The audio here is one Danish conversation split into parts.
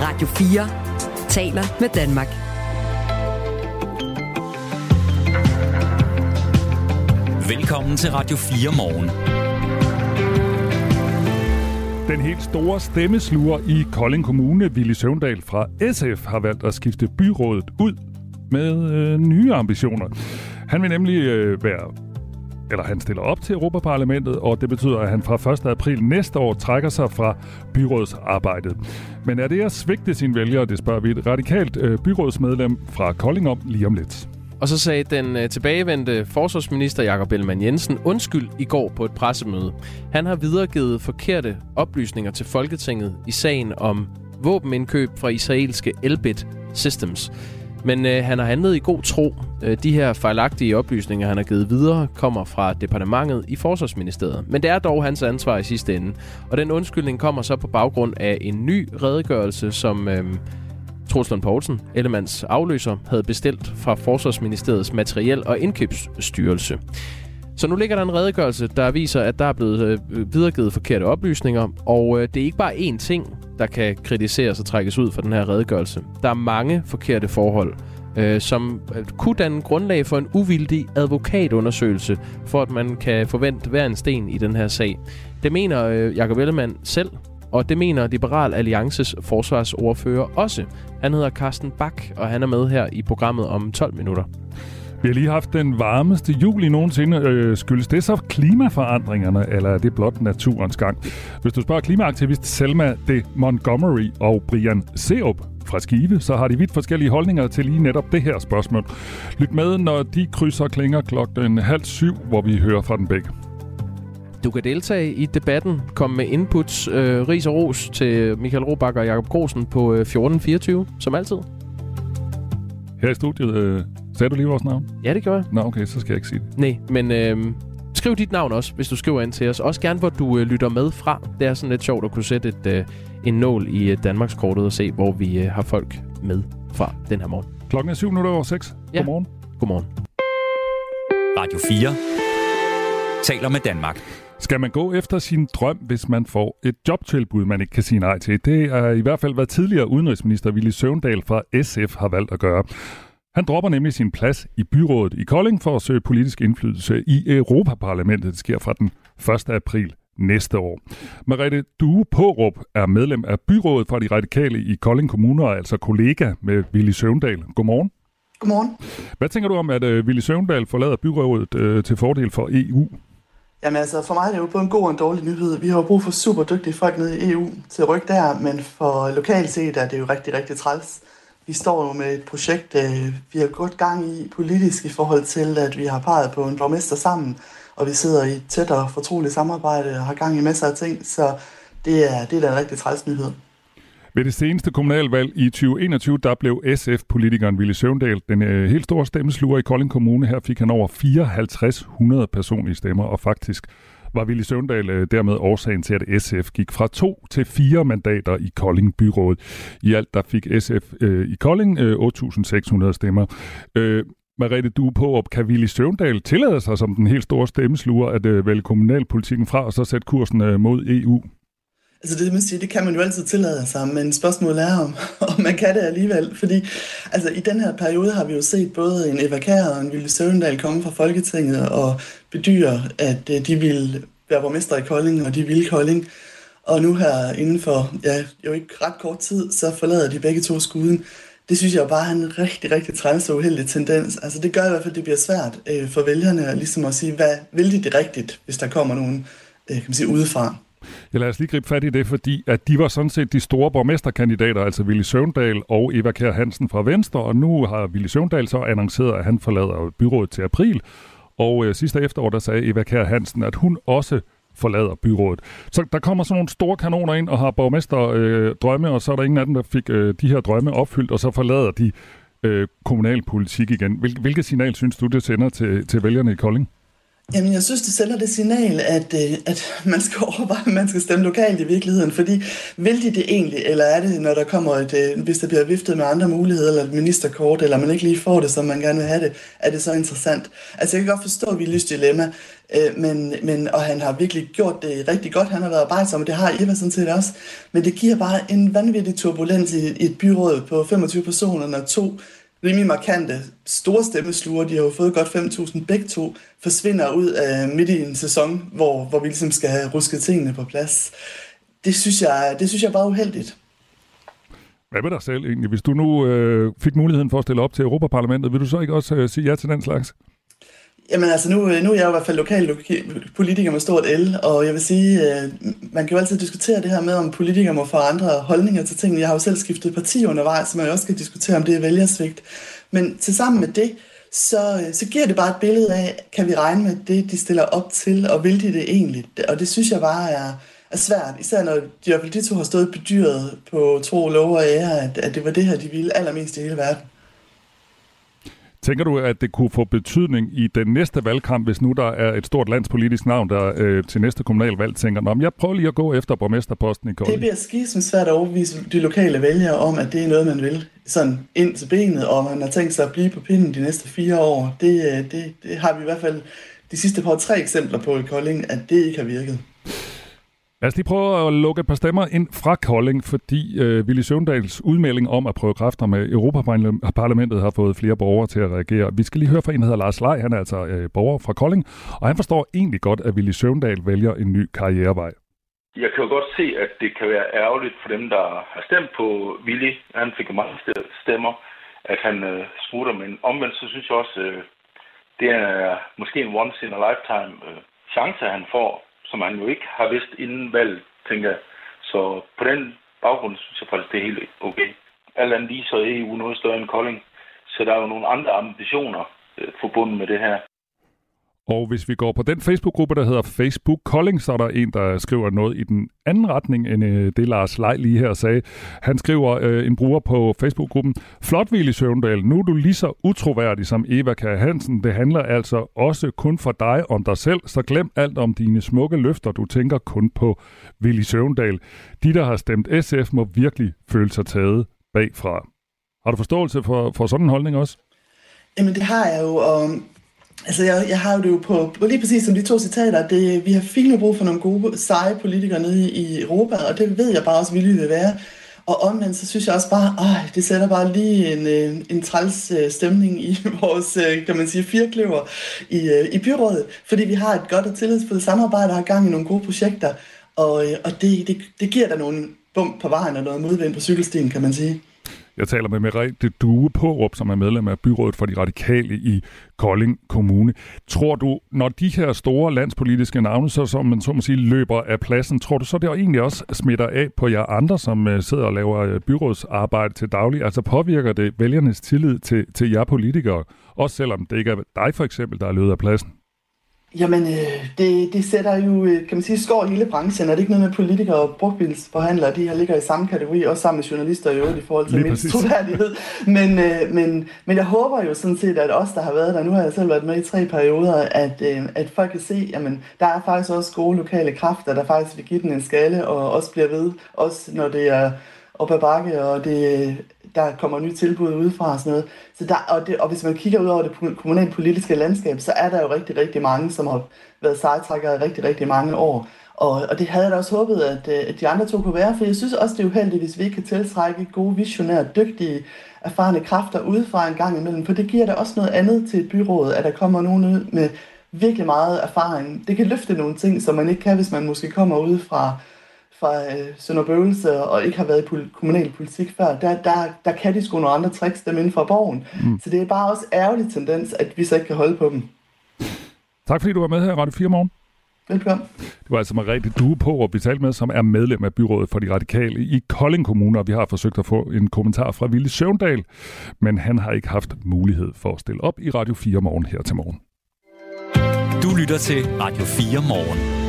Radio 4 taler med Danmark. Velkommen til Radio 4 morgen. Den helt store stemmesluger i Kolding Kommune, Villy Søvndal fra SF, har valgt at skifte byrådet ud med nye ambitioner. Han vil nemlig han stiller op til Europaparlamentet, og det betyder, at han fra 1. april næste år trækker sig fra byrådsarbejdet. Men er det at svigte sine vælgere, det spørger vi et radikalt byrådsmedlem fra Kolding om lige om lidt. Og så sagde den tilbagevendte forsvarsminister Jakob Ellemann-Jensen undskyld i går på et pressemøde. Han har videregivet forkerte oplysninger til Folketinget i sagen om våbenindkøb fra israelske Elbit Systems. Men han har handlet i god tro. De her fejlagtige oplysninger, han har givet videre, kommer fra departementet i Forsvarsministeriet. Men det er dog hans ansvar i sidste ende. Og den undskyldning kommer så på baggrund af en ny redegørelse, som Troels Lund Poulsen, Ellemanns afløser, havde bestilt fra Forsvarsministeriets Materiel- og Indkøbsstyrelse. Så nu ligger der en redegørelse, der viser, at der er blevet videregivet forkerte oplysninger, og det er ikke bare én ting, der kan kritiseres og trækkes ud fra den her redegørelse. Der er mange forkerte forhold, som kunne danne grundlag for en uvildig advokatundersøgelse, for at man kan forvente hver en sten i den her sag. Det mener Jakob Ellemann selv, og det mener Liberal Alliances forsvarsordfører også. Han hedder Carsten Bach, og han er med her i programmet om 12 minutter. Vi har lige haft den varmeste juli nogensinde. Skyldes det så klimaforandringerne, eller er det blot naturens gang? Hvis du spørger klimaaktivist Selma de Montgomery og Brian Serup fra Skive, så har de vidt forskellige holdninger til lige netop det her spørgsmål. Lyt med, når de krydser klinger 6:30, hvor vi hører fra den begge. Du kan deltage i debatten. Kom med inputs, ris og ros til Michael Robach og Jakob Grosen på 1424, som altid. Her i studiet, sagde du lige vores navn? Ja, det gør jeg. Nå, okay, så skal jeg ikke sige det. Nej, men skriv dit navn også, hvis du skriver ind til os. Også gerne, hvor du lytter med fra. Det er sådan lidt sjovt at kunne sætte en nål i Danmarkskortet og se, hvor vi har folk med fra den her morgen. Klokken er 7:06. Ja. Godmorgen. Godmorgen. Radio 4 taler med Danmark. Skal man gå efter sin drøm, hvis man får et jobtilbud, man ikke kan sige nej til? Det er i hvert fald, hvad tidligere udenrigsminister Villy Søvndal fra SF har valgt at gøre. Han dropper nemlig sin plads i byrådet i Kolding for at søge politisk indflydelse i Europaparlamentet. Det sker fra den 1. april næste år. Merete Due Paarup er medlem af byrådet for de radikale i Kolding Kommune, og altså kollega med Villy Søvndal. Godmorgen. Godmorgen. Hvad tænker du om, at Villy Søvndal forlader byrådet til fordel for EU? Jamen altså, for mig er det jo både en god og en dårlig nyhed. Vi har jo brug for super dygtige folk nede i EU til at rykke der, men for lokalt set er det jo rigtig, rigtig træls. Vi står jo med et projekt, vi har gået gang i politisk i forhold til, at vi har peget på en borgmester sammen, og vi sidder i et tæt og fortroligt samarbejde og har gang i masser af ting, så det er da en rigtig træls nyhed. Ved det seneste kommunalvalg i 2021, der blev SF-politikeren Villy Søvndal den helt store stemmesluger i Kolding Kommune. Her fik han over 5400 personlige stemmer, og faktisk var Villy Søvndal dermed årsagen til, at SF gik fra 2 til 4 mandater i Kolding byråd. I alt der fik SF i Kolding 8.600 stemmer. Merete Due Paarup, kan Villy Søvndal tillade sig som den helt store stemmesluger at vælge kommunalpolitikken fra og så sætte kursen mod EU? Altså det, man siger, det kan man jo altid tillade sig, men spørgsmålet er, om man kan det alligevel. Fordi altså, i den her periode har vi jo set både en Eva Kjær og en Villy Søvndal komme fra Folketinget og bedyre, at de ville være borgmester i Kolding, og de ville Kolding. Og nu her inden for, jo ikke ret kort tid, så forlader de begge to skuden. Det synes jeg bare er en rigtig, rigtig træls og uheldig tendens. Altså det gør i hvert fald, at det bliver svært for vælgerne ligesom at sige, hvad vil de det rigtigt, hvis der kommer nogen kan man sige, udefra. Ja, lad os lige gribe fat i det, fordi at de var sådan set de store borgmesterkandidater, altså Villy Søvndal og Eva Kjær Hansen fra Venstre, og nu har Villy Søvndal så annonceret, at han forlader byrådet til april, og sidste efterår, der sagde Eva Kjær Hansen, at hun også forlader byrådet. Så der kommer sådan nogle store kanoner ind og har borgmesterdrømme, og så er der ingen af dem, der fik de her drømme opfyldt, og så forlader de kommunalpolitik igen. Hvilket signal synes du, det sender til vælgerne i Kolding? Jamen, jeg synes, det sender det signal, at man skal overveje, at man skal stemme lokalt i virkeligheden, fordi vil de det egentlig, eller er det, når der kommer hvis der bliver viftet med andre muligheder, eller et ministerkort, eller man ikke lige får det, som man gerne vil have det, er det så interessant? Altså, jeg kan godt forstå Willys dilemma, og han har virkelig gjort det rigtig godt, han har været arbejdsom, og det har Eva sådan set også, men det giver bare en vanvittig turbulens i et byråd på 25 personer, når 2 rimelig markante, store stemmesluger, de har jo fået godt 5.000, begge 2 forsvinder ud af midt i en sæson, hvor vi ligesom skal have rusket tingene på plads. Det synes jeg bare uheldigt. Hvad med dig selv egentlig? Hvis du nu fik muligheden for at stille op til Europaparlamentet, vil du så ikke også sige ja til den slags? Jamen altså, nu er jeg jo i hvert fald lokal politiker med stort L, og jeg vil sige, man kan jo altid diskutere det her med, om politikere må få andre holdninger til tingene. Jeg har jo selv skiftet parti undervejs, så man også skal diskutere, om det er vælgersvigt. Men tilsammen med det, så giver det bare et billede af, kan vi regne med det, de stiller op til, og vil de det egentlig? Og det synes jeg bare er svært, især når de 2 har stået bedyret på tro, lov og ære, at det var det her, de ville allermest i hele verden. Tænker du, at det kunne få betydning i den næste valgkamp, hvis nu der er et stort landspolitisk navn, der til næste kommunalvalg tænker, jeg prøver lige at gå efter borgmesterposten i Kolding? Det bliver skisme svært at overbevise de lokale vælgere om, at det er noget, man vil. Sådan ind til benet, og man har tænkt sig at blive på pinden de næste 4 år. Det har vi i hvert fald de sidste 3 eksempler på i Kolding, at det ikke har virket. Lad os lige prøve at lukke et par stemmer ind fra Kolding, fordi Villy Søvndals udmelding om at prøve kræfter med Europaparlamentet har fået flere borgere til at reagere. Vi skal lige høre fra en, der hedder Lars Lej, han er altså borger fra Kolding, og han forstår egentlig godt, at Villy Søvndal vælger en ny karrierevej. Jeg kan jo godt se, at det kan være ærgerligt for dem, der har stemt på Villy. Han fik mange stemmer, at han smutter, men omvendt så synes jeg også, det er måske en once in a lifetime chance, han får, som han jo ikke har vidst inden valget, tænker jeg. Så på den baggrund synes jeg faktisk, det er helt okay. Alt andet lige så er EU noget større end Kolding, så der er jo nogle andre ambitioner forbundet med det her. Og hvis vi går på den Facebook-gruppe, der hedder Facebook Kolding, så er der en, der skriver noget i den anden retning, end det Lars Lej lige her sagde. Han skriver en bruger på Facebook-gruppen: Flot, Villy Søvndal, nu er du lige så utroværdig som Eva Kjær Hansen. Det handler altså også kun for dig om dig selv, så glem alt om dine smukke løfter. Du tænker kun på Villy Søvndal. De, der har stemt SF, må virkelig føle sig taget bagfra. Har du forståelse for sådan en holdning også? Jamen det har jeg jo, og altså, jeg har jo det jo på lige præcis som de 2 citater, vi har fint brug for nogle gode, seje politikere nede i Europa, og det ved jeg bare også, Villy vil være. Og omvendt, så synes jeg også bare, det sætter bare lige en træls stemning i vores, kan man sige, firkløver i byrådet, fordi vi har et godt og tillidsfuldt samarbejde, og har gang i nogle gode projekter, og det giver der nogle bump på vejen og noget modvind på cykelstien, kan man sige. Jeg taler med Merete Due Paarup, som er medlem af byrådet for de radikale i Kolding Kommune. Tror du, når de her store landspolitiske navne, så som man så må sige, løber af pladsen, tror du så, det egentlig også smitter af på jer andre, som sidder og laver byrådsarbejde til daglig? Altså påvirker det vælgernes tillid til jer politikere, også selvom det ikke er dig for eksempel, der er løbet af pladsen? Jamen, det sætter jo, kan man sige, skår hele branchen. Er det ikke noget med politikere og brugtbilsforhandlere? De her ligger i samme kategori, også sammen med journalister i øvrigt i forhold til mindst troværdighed. Men jeg håber jo sådan set, at os, der har været der, nu har jeg selv været med i 3 perioder, at folk kan se, jamen, der er faktisk også gode lokale kræfter, der faktisk vil give den en skalle, og også bliver ved, også når det er op ad bakke, og der kommer nye tilbud udefra og sådan noget. Så og hvis man kigger ud over det kommunalpolitiske landskab, så er der jo rigtig, rigtig mange, som har været sejtrækkere i rigtig, rigtig mange år. Og det havde jeg da også håbet, at de andre 2 kunne være, for jeg synes også, det er uheldigt, hvis vi ikke kan tiltrække gode, visionære, dygtige, erfarne kræfter udefra en gang imellem, for det giver da også noget andet til et byråd, at der kommer nogen ud med virkelig meget erfaring. Det kan løfte nogle ting, som man ikke kan, hvis man måske kommer ud fra Sønderbøvelse og ikke har været i kommunal politik før. Der kan de sgu nogle andre tricks dem inden for borgen. Så det er bare også ærgerlig tendens, at vi så ikke kan holde på dem. Tak fordi du var med her i Radio 4 Morgen. Velkommen. Det var altså Merete Due Paarup, vi talte med, som er medlem af byrådet for de radikale i Kolding Kommune, og vi har forsøgt at få en kommentar fra Villy Søvndal, men han har ikke haft mulighed for at stille op i Radio 4 Morgen her til morgen. Du lytter til Radio 4 Morgen.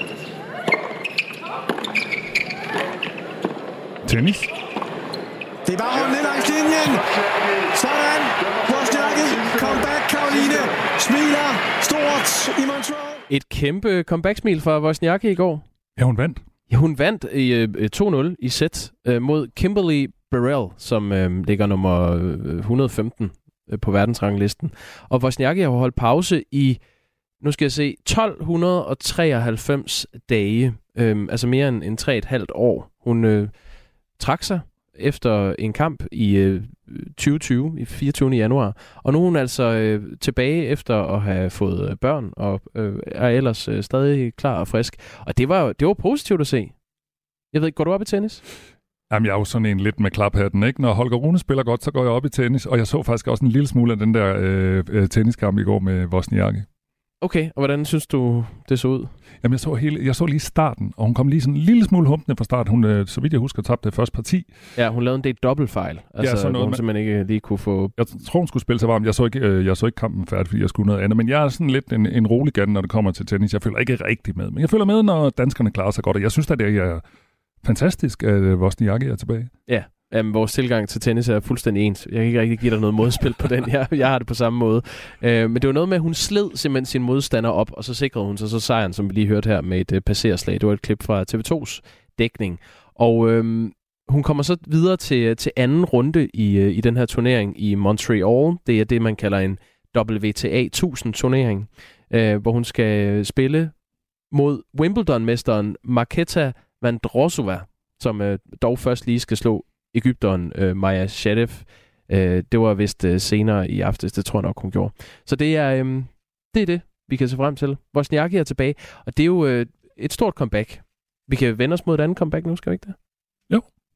Tennis? Det er bare ned langs linjen. Sådan. Wozniacki. Comeback. Caroline smiler stort i Montreal. Et kæmpe comeback-smil fra Wozniacki i går. Ja, hun vandt. Ja, hun vandt i 2-0 i sæt mod Kimberly Burrell, som ligger nummer 115 på verdensranglisten. Og Wozniacki har holdt pause i, nu skal jeg se, 1293 dage. Altså mere end 3,5 år. Hun trak sig efter en kamp i 2020, i 24. januar. Og nu er hun altså tilbage efter at have fået børn, og er ellers stadig klar og frisk. Og det var positivt at se. Jeg ved ikke, går du op i tennis? Jamen, jeg er jo sådan en lidt med klaphatten, ikke? Når Holger Rune spiller godt, så går jeg op i tennis, og jeg så faktisk også en lille smule af den der tenniskamp i går med Wozniacki. Okay, og hvordan synes du, det så ud? Jamen, jeg så lige starten, og hun kom lige sådan en lille smule humpende fra start. Hun, så vidt jeg husker, tabte det første parti. Ja, hun lavede en del dobbeltfejl. Altså, ja, hvor hun simpelthen ikke lige kunne få... Jeg tror, hun skulle spille sig varm. Jeg så ikke kampen færdig, fordi jeg skulle noget andet. Men jeg er sådan lidt en rolig gan, når det kommer til tennis. Jeg føler ikke rigtig med. Men jeg føler med, når danskerne klarer sig godt. Og jeg synes, at det er fantastisk, at Wozniacki er tilbage. Ja. Vores tilgang til tennis er fuldstændig ens. Jeg kan ikke rigtig give dig noget modspil på den. Jeg har det på samme måde. Men det var noget med, at hun sled simpelthen sin modstander op, og så sikrede hun sig så sejren, som vi lige hørte her, med et passerslag. Det var et klip fra TV2's dækning. Og hun kommer så videre til anden runde i den her turnering i Montreal. Det er det, man kalder en WTA 1000-turnering, hvor hun skal spille mod Wimbledon-mesteren Marketa Vondrousova, som dog først lige skal slå Egypteren Maja Shadef. Det var vist senere i aftes, det tror jeg nok, hun gjorde. Så det er det, vi kan se frem til. Wozniacki er tilbage, og det er jo et stort comeback. Vi kan vende os mod et andet comeback nu, skal vi ikke det? Jo.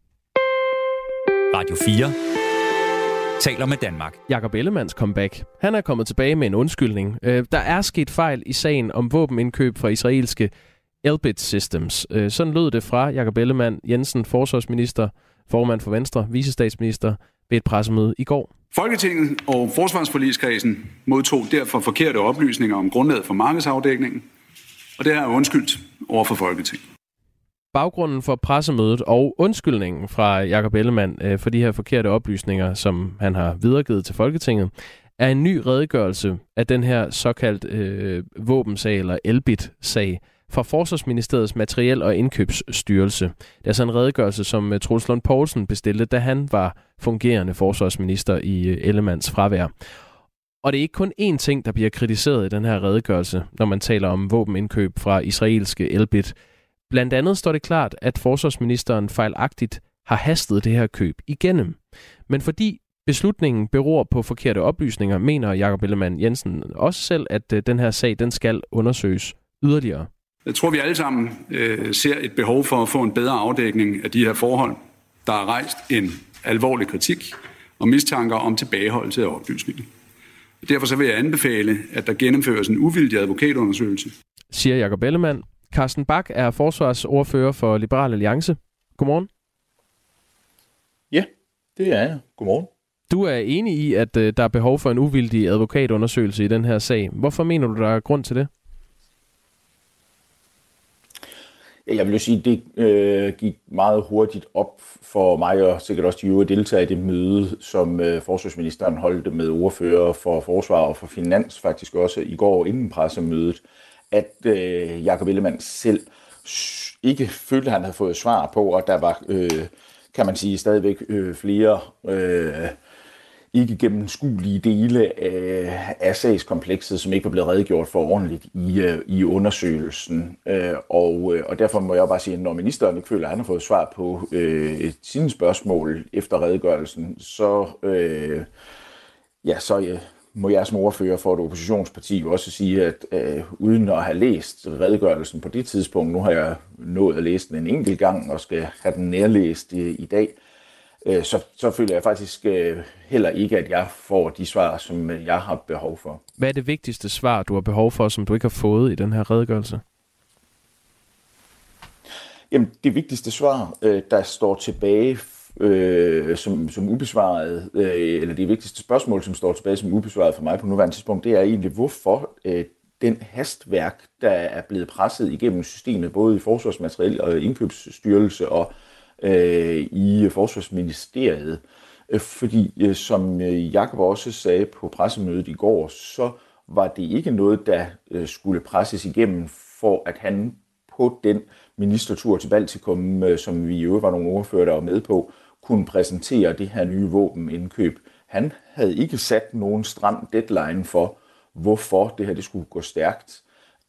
Radio 4 taler med Danmark. Jakob Ellemanns comeback. Han er kommet tilbage med en undskyldning. Der er sket fejl i sagen om våbenindkøb fra israelske Elbit Systems. Sådan lød det fra Jakob Ellemann-Jensen, forsvarsminister, formand for Venstre, vicestatsminister, ved et pressemøde i går. Folketinget og forsvarsforligskredsen modtog derfor forkerte oplysninger om grundlaget for markedsafdækningen, og det er undskyldt over for Folketinget. Baggrunden for pressemødet og undskyldningen fra Jakob Ellemann for de her forkerte oplysninger, som han har videregivet til Folketinget, er en ny redegørelse af den her såkaldt våbensag eller Elbit-sag fra Forsvarsministeriets Materiel- og Indkøbsstyrelse. Det er altså en redegørelse, som Troels Lund Poulsen bestilte, da han var fungerende forsvarsminister i Ellemanns fravær. Og det er ikke kun én ting, der bliver kritiseret i den her redegørelse, når man taler om våbenindkøb fra israelske Elbit. Blandt andet står det klart, at forsvarsministeren fejlagtigt har hastet det her køb igennem. Men fordi beslutningen beror på forkerte oplysninger, mener Jakob Ellemann-Jensen også selv, at den her sag den skal undersøges yderligere. Jeg tror, vi alle sammen ser et behov for at få en bedre afdækning af de her forhold. Der er rejst en alvorlig kritik og mistanker om tilbageholdelse af oplysninger. Derfor så vil jeg anbefale, at der gennemføres en uvildig advokatundersøgelse, siger Jakob Ellemann. Carsten Bach er forsvarsordfører for Liberal Alliance. Godmorgen. Ja, det er jeg. Godmorgen. Du er enig i, at der er behov for en uvildig advokatundersøgelse i den her sag. Hvorfor mener du, der er grund til det? Jeg vil jo sige, at det gik meget hurtigt op for mig, og sikkert også de øvrige deltagere i det møde, som forsvarsministeren holdte med ordfører for forsvar og for finans, faktisk også i går inden pressemødet, at Jakob Ellemann selv ikke følte, at han havde fået svar på, og der var, kan man sige, stadigvæk flere ikke gennemskuelige dele af sagskomplekset, som ikke var blevet redegjort for ordentligt i undersøgelsen. Og derfor må jeg bare sige, at når ministeren ikke føler, at han har fået svar på sine spørgsmål efter redegørelsen, så må jeg som ordfører for et oppositionsparti jo også sige, at uden at have læst redegørelsen på det tidspunkt, nu har jeg nået at læse den en enkelt gang og skal have den nærlæst i dag, så føler jeg faktisk heller ikke, at jeg får de svar, som jeg har behov for. Hvad er det vigtigste svar, du har behov for, som du ikke har fået i den her redegørelse? Jamen, det vigtigste svar, der står tilbage som ubesvaret, eller det vigtigste spørgsmål, som står tilbage som ubesvaret for mig på nuværende tidspunkt, det er egentlig, hvorfor den hastværk, der er blevet presset igennem systemet, både i Forsvarsmateriel og Indkøbsstyrelse og i Forsvarsministeriet. Fordi som Jakob også sagde på pressemødet i går, så var det ikke noget, der skulle presses igennem for, at han på den ministertur til Baltikum, som vi jo var nogle ordfører, der var med på, kunne præsentere det her nye våbenindkøb. Han havde ikke sat nogen stram deadline for, hvorfor det her det skulle gå stærkt.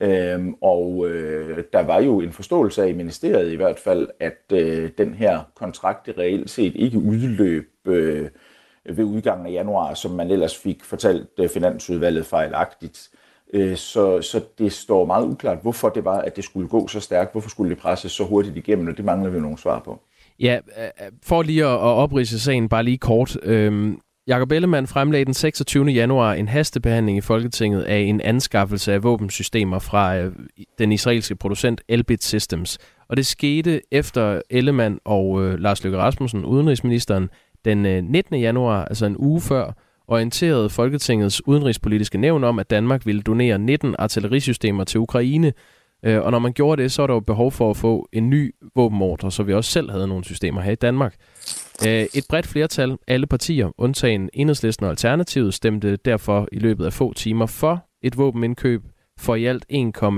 Der var jo en forståelse af i ministeriet i hvert fald, at den her kontrakt reelt set ikke udløb ved udgangen af januar, som man ellers fik fortalt Finansudvalget fejlagtigt. Så det står meget uklart, hvorfor det var, at det skulle gå så stærkt, hvorfor skulle det presses så hurtigt igennem, og det mangler vi nogle svar på. Ja, for lige at opridse sagen bare lige kort. Jakob Ellemann fremlagde den 26. januar en hastebehandling i Folketinget af en anskaffelse af våbensystemer fra den israelske producent Elbit Systems. Og det skete efter Ellemann og Lars Løkke Rasmussen, udenrigsministeren, den 19. januar, altså en uge før, orienterede Folketingets udenrigspolitiske nævn om, at Danmark ville donere 19 artillerisystemer til Ukraine. Og når man gjorde det, så var der jo behov for at få en ny våbenordre, så vi også selv havde nogle systemer her i Danmark. Et bredt flertal, alle partier, undtagen Enhedslisten og Alternativet, stemte derfor i løbet af få timer for et våbenindkøb for i alt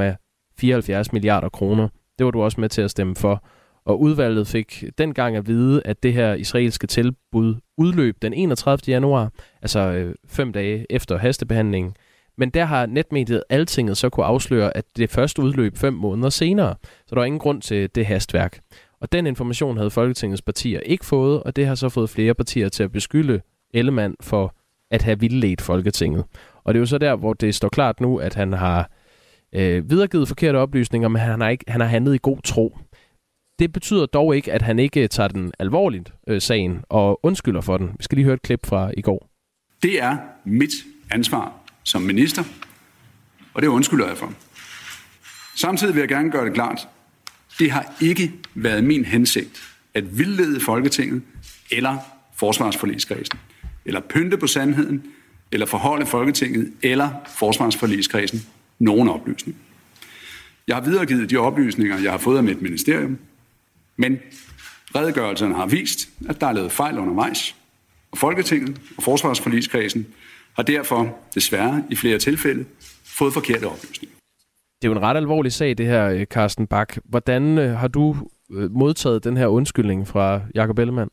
1,74 milliarder kroner. Det var du også med til at stemme for. Og udvalget fik dengang at vide, at det her israelske tilbud udløb den 31. januar, altså 5 dage efter hastebehandlingen. Men der har netmediet Altinget så kunne afsløre, at det først udløb 5 måneder senere. Så der var ingen grund til det hastværk. Og den information havde Folketingets partier ikke fået, og det har så fået flere partier til at beskylde Ellemann for at have vildledt Folketinget. Og det er jo så der, hvor det står klart nu, at han har videregivet forkerte oplysninger, men han har handlet i god tro. Det betyder dog ikke, at han ikke tager den alvorligt, sagen, og undskylder for den. Vi skal lige høre et klip fra i går. Det er mit ansvar som minister, og det undskylder jeg for. Samtidig vil jeg gerne gøre det klart, det har ikke været min hensigt at vildlede Folketinget eller forsvarsforligskredsen, eller pynte på sandheden, eller forholde Folketinget eller forsvarsforligskredsen nogen oplysning. Jeg har videregivet de oplysninger, jeg har fået af mit ministerium, men redegørelserne har vist, at der er lavet fejl undervejs, og Folketinget og forsvarsforligskredsen har derfor desværre i flere tilfælde fået forkerte oplysninger. Det er jo en ret alvorlig sag, det her, Carsten Bach. Hvordan har du modtaget den her undskyldning fra Jakob Ellemann?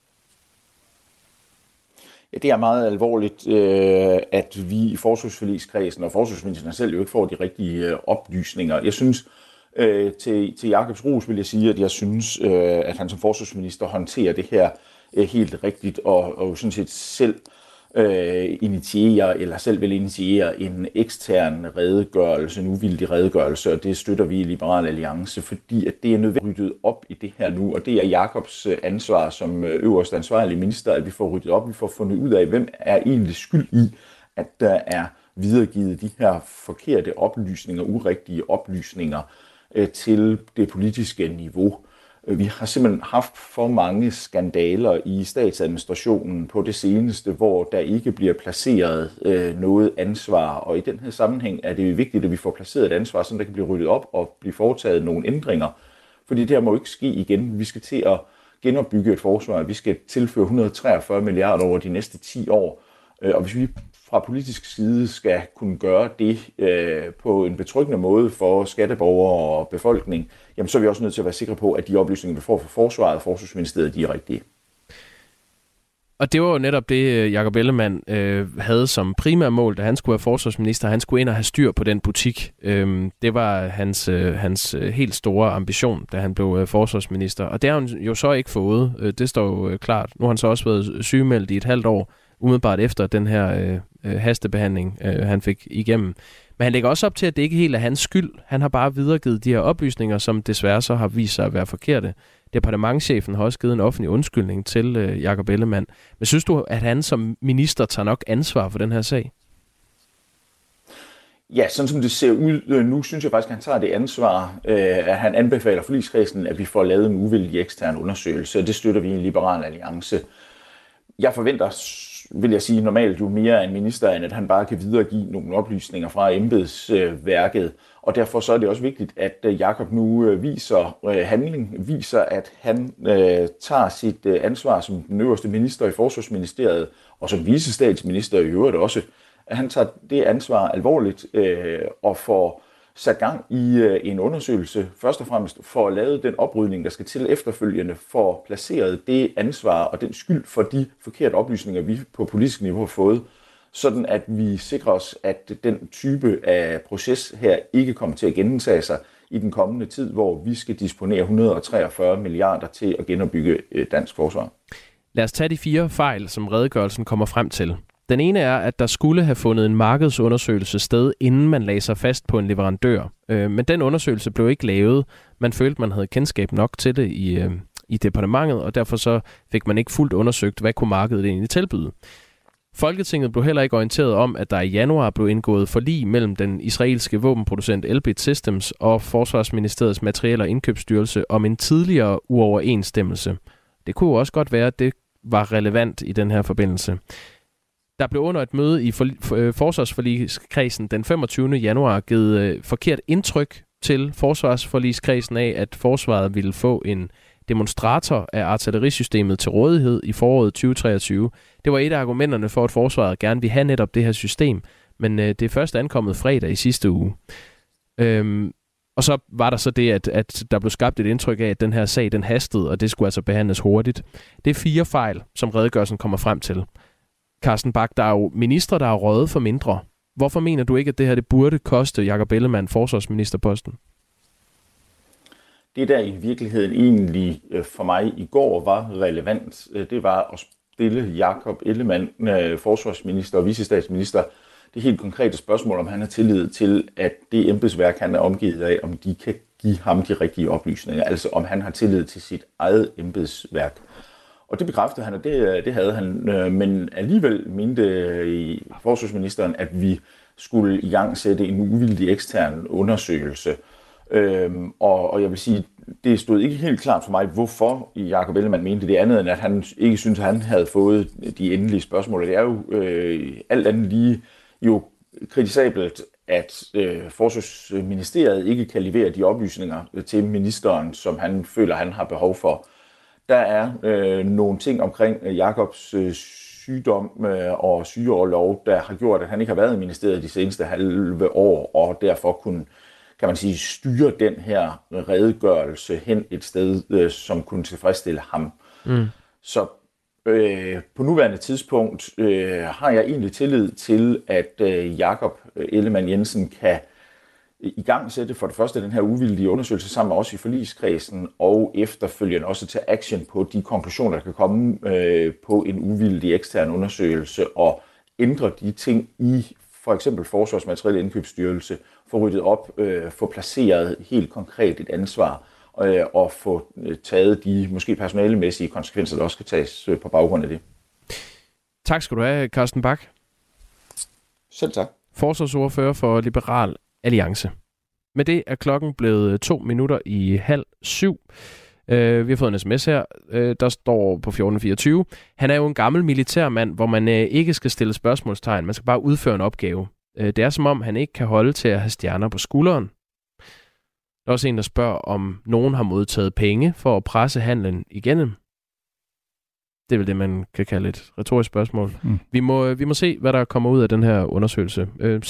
Ja, det er meget alvorligt, at vi i forsvarsforligskredsen og forsvarsministeren selv jo ikke får de rigtige oplysninger. Jeg synes, til Jakobs ros vil jeg sige, at jeg synes, at han som forsvarsminister håndterer det her helt rigtigt og sådan set selv vil initiere en ekstern redegørelse, en uvildig redegørelse, og det støtter vi i Liberal Alliance, fordi at det er nødvendigt ryddet op i det her nu, og det er Jakobs ansvar som øverste ansvarlige minister, at vi får ryddet op, vi får fundet ud af, hvem er egentlig skyld i, at der er videregivet de her forkerte oplysninger, urigtige oplysninger til det politiske niveau. Vi har simpelthen haft for mange skandaler i statsadministrationen på det seneste, hvor der ikke bliver placeret noget ansvar. Og i den her sammenhæng er det vigtigt, at vi får placeret et ansvar, så der kan blive ryddet op og blive foretaget nogle ændringer. Fordi det her må ikke ske igen. Vi skal til at genopbygge et forsvar. Vi skal tilføre 143 milliarder over de næste 10 år. Og hvis vi fra politisk side skal kunne gøre det på en betryggende måde for skatteborgere og befolkning, jamen så er vi også nødt til at være sikre på, at de oplysninger, vi får fra forsvaret og forsvarsministeriet, de er rigtige. Og det var jo netop det, Jakob Ellemann havde som primær mål, da han skulle være forsvarsminister. Han skulle ind og have styr på den butik. Det var hans helt store ambition, da han blev forsvarsminister. Og det har han jo så ikke fået. Det står jo klart. Nu har han så også været sygemeldt i et halvt år, umiddelbart efter den her hastebehandling, han fik igennem. Men han lægger også op til, at det ikke helt er hans skyld. Han har bare videregivet de her oplysninger, som desværre så har vist sig at være forkerte. Departementschefen har også givet en offentlig undskyldning til Jakob Ellemann. Men synes du, at han som minister tager nok ansvar for den her sag? Ja, sådan som det ser ud nu, synes jeg faktisk, at han tager det ansvar, at han anbefaler forligskredsen, at vi får lavet en uvildig ekstern undersøgelse. Det støtter vi i Liberal Alliance. Jeg forventer vil jeg sige, normalt jo mere af en minister, end at han bare kan videregive nogle oplysninger fra embedsværket. Og derfor så er det også vigtigt, at Jakob nu viser handling, viser, at han tager sit ansvar som den øverste minister i Forsvarsministeriet, og som vicestatsminister i øvrigt også, at han tager det ansvar alvorligt og får sat gang i en undersøgelse, først og fremmest for at lave den oprydning, der skal til efterfølgende, for placeret det ansvar og den skyld for de forkerte oplysninger, vi på politisk niveau har fået, sådan at vi sikrer os, at den type af proces her ikke kommer til at gentage sig i den kommende tid, hvor vi skal disponere 143 milliarder til at genopbygge dansk forsvar. Lad os tage de 4 fejl, som redegørelsen kommer frem til. Den ene er, at der skulle have fundet en markedsundersøgelse sted, inden man lagde sig fast på en leverandør. Men den undersøgelse blev ikke lavet. Man følte, man havde kendskab nok til det i departementet, og derfor så fik man ikke fuldt undersøgt, hvad kunne markedet egentlig tilbyde. Folketinget blev heller ikke orienteret om, at der i januar blev indgået forlig mellem den israelske våbenproducent Elbit Systems og Forsvarsministeriets Materiel- og Indkøbsstyrelse om en tidligere uoverensstemmelse. Det kunne jo også godt være, at det var relevant i den her forbindelse. Der blev under et møde i forsvarsforligskredsen den 25. januar givet forkert indtryk til forsvarsforligskredsen af, at forsvaret ville få en demonstrator af artillerisystemet til rådighed i foråret 2023. Det var et af argumenterne for, at forsvaret gerne ville have netop det her system, men det er først ankommet fredag i sidste uge. Og så var der så det, at der blev skabt et indtryk af, at den her sag den hastede, og det skulle altså behandles hurtigt. Det er 4 fejl, som redegørelsen kommer frem til. Carsten Bach, der er jo ministre, der er røget for mindre. Hvorfor mener du ikke, at det her det burde koste Jakob Ellemann forsvarsministerposten? Det, der i virkeligheden egentlig for mig i går var relevant, det var at stille Jakob Ellemann, forsvarsminister og vicestatsminister, det helt konkrete spørgsmål, om han har tillid til, at det embedsværk, han er omgivet af, om de kan give ham de rigtige oplysninger, altså om han har tillid til sit eget embedsværk. Og det bekræftede han, og det havde han, men alligevel mente forsvarsministeren, at vi skulle i gang sætte en uvildig ekstern undersøgelse. Og jeg vil sige, det stod ikke helt klart for mig, hvorfor Jakob Ellemann mente det andet, end at han ikke syntes, at han havde fået de endelige spørgsmål. Det er jo alt andet lige jo kritisabelt, at Forsvarsministeriet ikke kan levere de oplysninger til ministeren, som han føler, han har behov for. Der er nogle ting omkring Jakobs sygdom og sygeorlov, der har gjort, at han ikke har været i ministeriet de seneste halve år, og derfor kunne, kan man sige, styre den her redegørelse hen et sted, som kunne tilfredsstille ham. Så på nuværende tidspunkt har jeg egentlig tillid til, at Jakob Ellemann Jensen kan i gang sætte for det første den her uvildige undersøgelse sammen med os i forligskredsen, og efterfølgende også tage action på de konklusioner, der kan komme på en uvildig ekstern undersøgelse, og ændre de ting i for eksempel Forsvarsmateriel- og Indkøbsstyrelse, få ryddet op, få placeret helt konkret et ansvar, og få taget de måske personalemæssige konsekvenser, der også skal tages på baggrund af det. Tak skal du have, Carsten Bach. Selv tak. Forsvarsordfører for Liberal Alliance. Med det er klokken blevet 6:55. Vi har fået en sms her, der står på 1424. Han er jo en gammel militærmand, hvor man ikke skal stille spørgsmålstegn. Man skal bare udføre en opgave. Det er som om, han ikke kan holde til at have stjerner på skulderen. Der er også en, der spørger, om nogen har modtaget penge for at presse handlen igennem. Det er vel det, man kan kalde et retorisk spørgsmål. Vi må se, hvad der kommer ud af den her undersøgelse.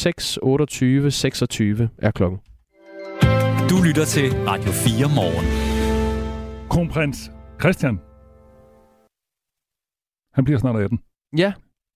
6:28:26 er klokken. Du lytter til Radio 4 Morgen. Kronprins Christian. Han bliver snart 18. Ja.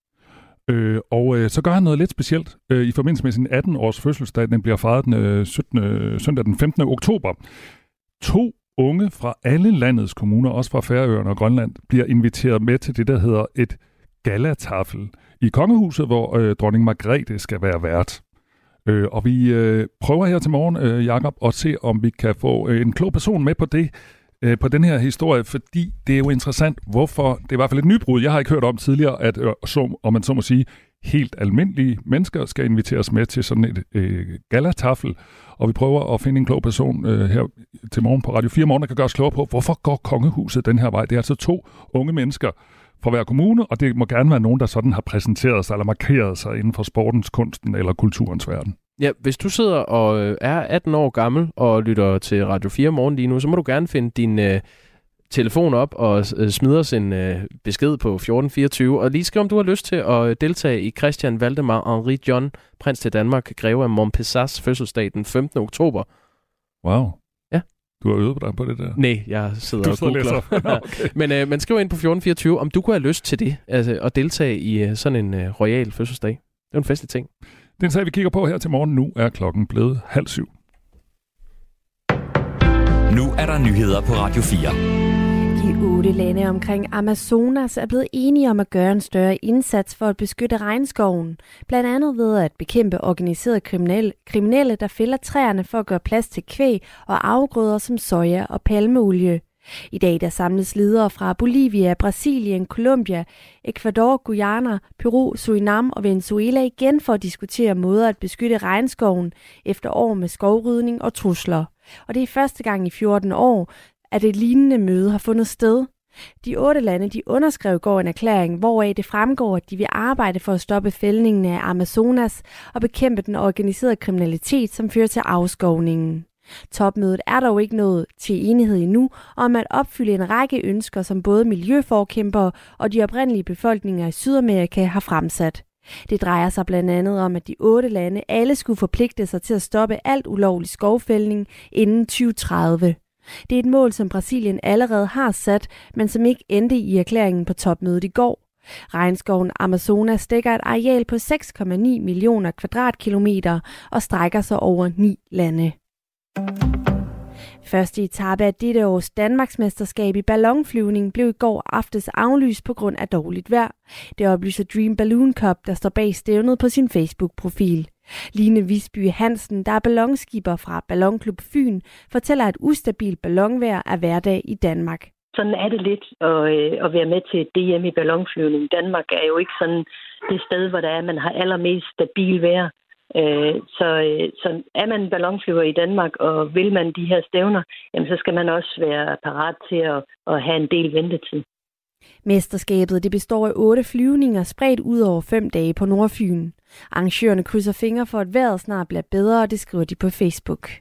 Og så gør han noget lidt specielt i forbindelse med sin 18-års fødselsdag. Den bliver fejret den søndag den 15. oktober. 2 unge fra alle landets kommuner, også fra Færøerne og Grønland, bliver inviteret med til det, der hedder et galatafel i kongehuset, hvor dronning Margrethe skal være vært. Og vi prøver her til morgen, Jakob, at se, om vi kan få en klog person med på det, på den her historie, fordi det er jo interessant, hvorfor, det er i hvert fald et nybrud, jeg har ikke hørt om tidligere, at om man så må sige, helt almindelige mennesker skal inviteres med til sådan et galatafel, og vi prøver at finde en klog person her til morgen på Radio 4 Morgen, der kan gøre os klogere på, hvorfor går kongehuset den her vej. Det er altså 2 unge mennesker fra hver kommune, og det må gerne være nogen, der sådan har præsenteret sig eller markeret sig inden for sportens, kunsten eller kulturens verden. Ja, hvis du sidder og er 18 år gammel og lytter til Radio 4 morgen lige nu, så må du gerne finde din telefon op og smide os en besked på 1424. Og lige skriv, om du har lyst til at deltage i Christian Valdemar Henri John, prins til Danmark, greve af Montpessars fødselsdag den 15. oktober. Wow. Ja. Du har øvet på dig på det der? Nej, jeg sidder og googler. Okay. Men skriv ind på 1424, om du kunne have lyst til det, altså at deltage i sådan en royal fødselsdag. Det er en festlig ting. Den sag, vi kigger på her til morgen, nu er klokken blevet 6:30. Nu er der nyheder på Radio 4. De 8 lande omkring Amazonas er blevet enige om at gøre en større indsats for at beskytte regnskoven. Blandt andet ved at bekæmpe organiserede kriminelle, der fælder træerne for at gøre plads til kvæg og afgrøder som soja og palmeolie. I dag der samles ledere fra Bolivia, Brasilien, Colombia, Ecuador, Guyana, Peru, Surinam og Venezuela igen for at diskutere måder at beskytte regnskoven efter år med skovrydning og trusler. Og det er første gang i 14 år, at et lignende møde har fundet sted. De 8 lande de underskrev i går en erklæring, hvoraf det fremgår, at de vil arbejde for at stoppe fældningen af Amazonas og bekæmpe den organiserede kriminalitet, som fører til afskovningen. Topmødet er dog ikke nået til enighed endnu om at opfylde en række ønsker, som både miljøforkæmpere og de oprindelige befolkninger i Sydamerika har fremsat. Det drejer sig blandt andet om, at de 8 lande alle skulle forpligte sig til at stoppe alt ulovlig skovfældning inden 2030. Det er et mål, som Brasilien allerede har sat, men som ikke endte i erklæringen på topmødet i går. Regnskoven Amazonas dækker et areal på 6,9 millioner kvadratkilometer og strækker sig over 9 lande. Første etape af dette års Danmarksmesterskab i ballonflyvning blev i går aftes aflyst på grund af dårligt vejr. Det oplyser Dream Balloon Cup, der står bag stævnet på sin Facebook-profil. Line Visby Hansen, der er ballonskipper fra Ballonklub Fyn, fortæller, at ustabilt ballonvejr er hverdag i Danmark. Sådan er det lidt at være med til DM i ballonflyvning. Danmark er jo ikke sådan det sted, hvor man har allermest stabil vejr. Så er man ballonflyver i Danmark, og vil man de her stævner, jamen, så skal man også være parat til at have en del ventetid. Mesterskabet det består af 8 flyvninger spredt ud over 5 dage på Nordfyn. Arrangørerne krydser fingre for, at vejret snart bliver bedre, og det skriver de på Facebook.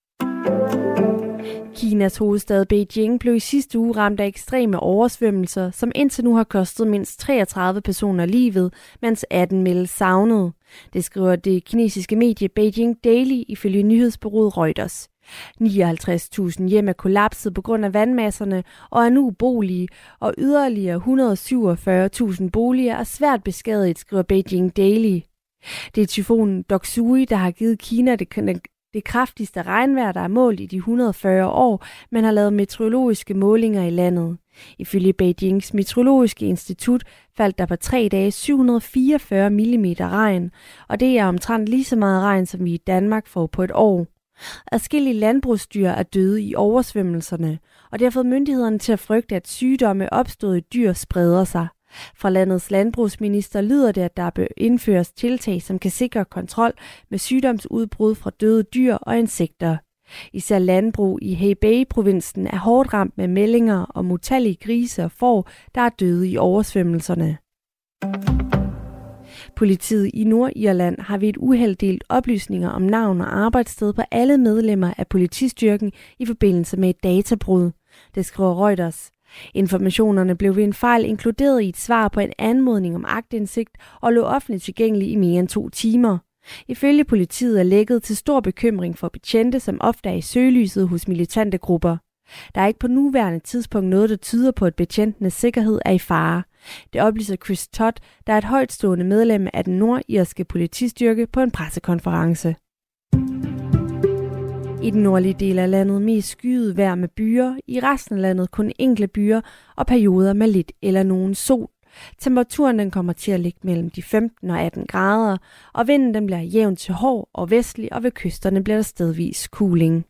Kinas hovedstad Beijing blev i sidste uge ramt af ekstreme oversvømmelser, som indtil nu har kostet mindst 33 personer livet, mens 18 meldes savnet. Det skriver det kinesiske medie Beijing Daily ifølge nyhedsbureauet Reuters. 59.000 hjem er kollapset på grund af vandmasserne og er nu uboelige, og yderligere 147.000 boliger er svært beskadiget, skriver Beijing Daily. Det er tyfonen Doksui, der har givet Kina det kraftigste regnvejr, der er målt i de 140 år, men har lavet meteorologiske målinger i landet. Ifølge Beijings Meteorologiske Institut faldt der på 3 dage 744 mm regn, og det er omtrent lige så meget regn, som vi i Danmark får på et år. Adskillige landbrugsdyr er døde i oversvømmelserne, og det har fået myndighederne til at frygte, at sygdomme opstået i dyr spreder sig. Fra landets landbrugsminister lyder det, at der bør indføres tiltag, som kan sikre kontrol med sygdomsudbrud fra døde dyr og insekter. Især landbrug i Hebei-provinsen er hårdt ramt med meldinger om utallige grise og får, der er døde i oversvømmelserne. Politiet i Nordirland har ved et uheld delt oplysninger om navn og arbejdssted på alle medlemmer af politistyrken i forbindelse med et databrud. Det skriver Reuters. Informationerne blev ved en fejl inkluderet i et svar på en anmodning om aktindsigt og lå offentligt tilgængelig i mere end 2 timer. Ifølge politiet er lækket til stor bekymring for betjente, som ofte er i søgelyset hos militante grupper. Der er ikke på nuværende tidspunkt noget, der tyder på, at betjentenes sikkerhed er i fare. Det oplyser Chris Todd, der er et højtstående medlem af den nordirske politistyrke på en pressekonference. I den nordlige del af landet mest skyet vejr med byer, i resten af landet kun enkelte byer og perioder med lidt eller nogen sol. Temperaturen den kommer til at ligge mellem de 15 og 18 grader, og vinden den bliver jævn til hård og vestlig, og ved kysterne bliver der stedvis kuling.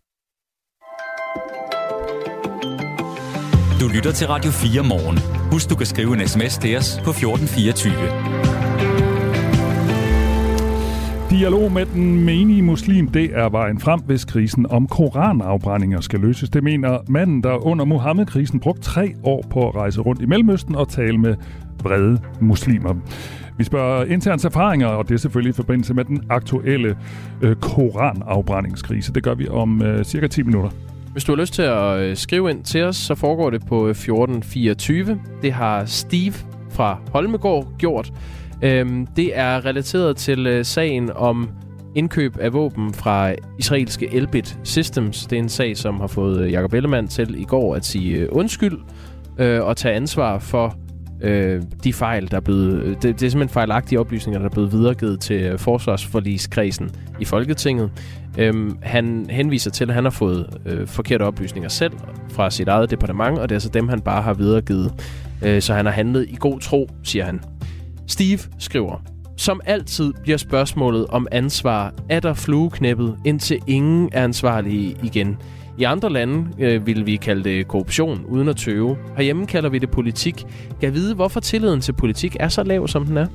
Du lytter til Radio 4 morgen. Husk, du kan skrive en sms til os på 1424. De Dialog med den menige muslim, det er vejen frem, hvis krisen om koranafbrændinger skal løses. Det mener manden, der under Mohammed-krisen brugte 3 år på at rejse rundt i Mellemøsten og tale med vrede muslimer. Vi spørger interns erfaringer, og det er selvfølgelig i forbindelse med den aktuelle koranafbrændingskrise. Det gør vi om cirka 10 minutter. Hvis du har lyst til at skrive ind til os, så foregår det på 1424. Det har Steve fra Holmegård gjort. Det er relateret til sagen om indkøb af våben fra israelske Elbit Systems. Det er en sag, som har fået Jakob Ellemann til i går at sige undskyld og tage ansvar for de fejl, der er blevet... Det er simpelthen fejlagtige oplysninger, der er blevet videregivet til forsvarsforligskredsen i Folketinget. Han henviser til, at han har fået forkerte oplysninger selv fra sit eget departement, og det er altså dem, han bare har videregivet. Så han har handlet i god tro, siger han. Steve skriver: Som altid bliver spørgsmålet om ansvar atter flueknæppet, indtil ingen er ansvarlige igen. I andre lande vil vi kalde det korruption uden at tøve. Herhjemme kalder vi det politik. Kan vide, hvorfor tilliden til politik er så lav, som den er?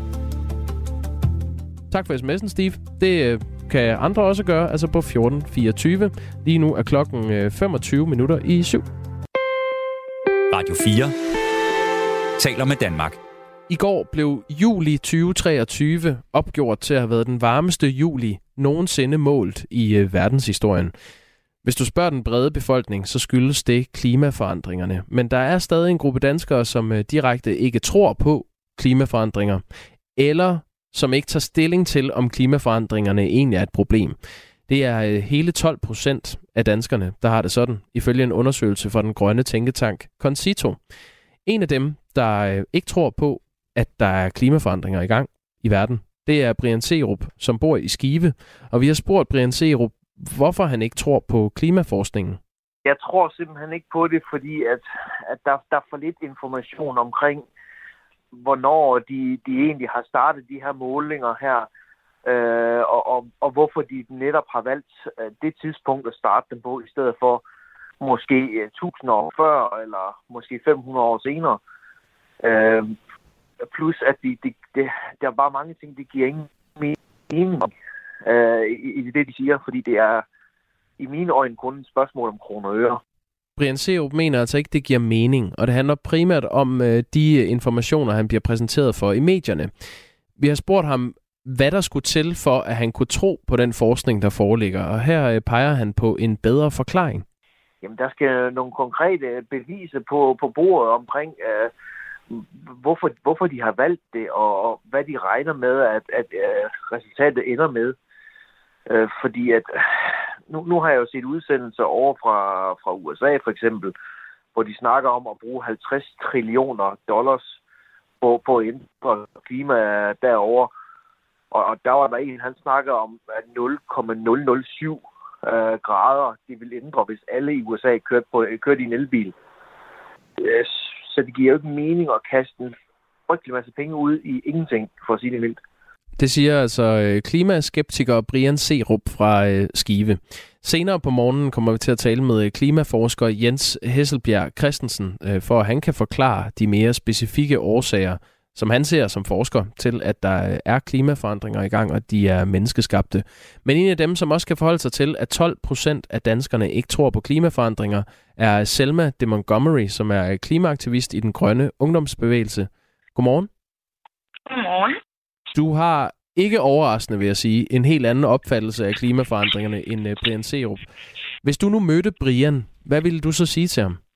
Tak for sms'en, Steve. Det kan andre også gøre, altså på 1424. Lige nu er klokken 25 minutter i 7. Radio 4 taler med Danmark. I går blev juli 2023 opgjort til at have været den varmeste juli nogensinde målt i verdenshistorien. Hvis du spørger den brede befolkning, så skyldes det klimaforandringerne. Men der er stadig en gruppe danskere, som direkte ikke tror på klimaforandringer, eller som ikke tager stilling til, om klimaforandringerne egentlig er et problem. Det er hele 12% af danskerne, der har det sådan, ifølge en undersøgelse fra den grønne tænketank Concito. En af dem, der ikke tror på, at der er klimaforandringer i gang i verden, det er Brian Serup, som bor i Skive. Og vi har spurgt Brian Serup, hvorfor han ikke tror på klimaforskningen. Jeg tror simpelthen ikke på det, fordi at der er for lidt information omkring, hvornår de egentlig har startet de her målinger her, og hvorfor de netop har valgt det tidspunkt at starte dem på, i stedet for måske 1000 år før, eller måske 500 år senere. Plus at der er bare mange ting, det giver ingen mening i det, de siger, fordi det er i mine øjne kun et spørgsmål om kroner og øre. Brian Serup mener altså ikke, det giver mening, og det handler primært om de informationer, han bliver præsenteret for i medierne. Vi har spurgt ham, hvad der skulle til for, at han kunne tro på den forskning, der foreligger, og her peger han på en bedre forklaring. Jamen, der skal nogle konkrete beviser på bordet omkring, hvorfor de har valgt det, og hvad de regner med, at resultatet ender med. Fordi at nu har jeg jo set udsendelser over fra USA for eksempel, hvor de snakker om at bruge $50 trillioner på at ændre klima derovre. Og der var der en, han snakker om 0,007 grader, det vil ændre, hvis alle i USA kørte i en elbil. Så det giver jo ikke mening at kaste en frygtelig masse penge ud i ingenting, for at sige det mildt. Det siger altså klimaskeptiker Brian Serup fra Skive. Senere på morgenen kommer vi til at tale med klimaforsker Jens Hesselbjerg Christensen, for at han kan forklare de mere specifikke årsager, som han ser som forsker, til at der er klimaforandringer i gang, og de er menneskeskabte. Men en af dem, som også kan forholde sig til, at 12% af danskerne ikke tror på klimaforandringer, er Selma de Montgomery, som er klimaaktivist i den grønne ungdomsbevægelse. Godmorgen. Godmorgen. Du har ikke overraskende, vil jeg sige, en helt anden opfattelse af klimaforandringerne end Brian Serup. Hvis du nu mødte Brian, hvad ville du så sige til ham?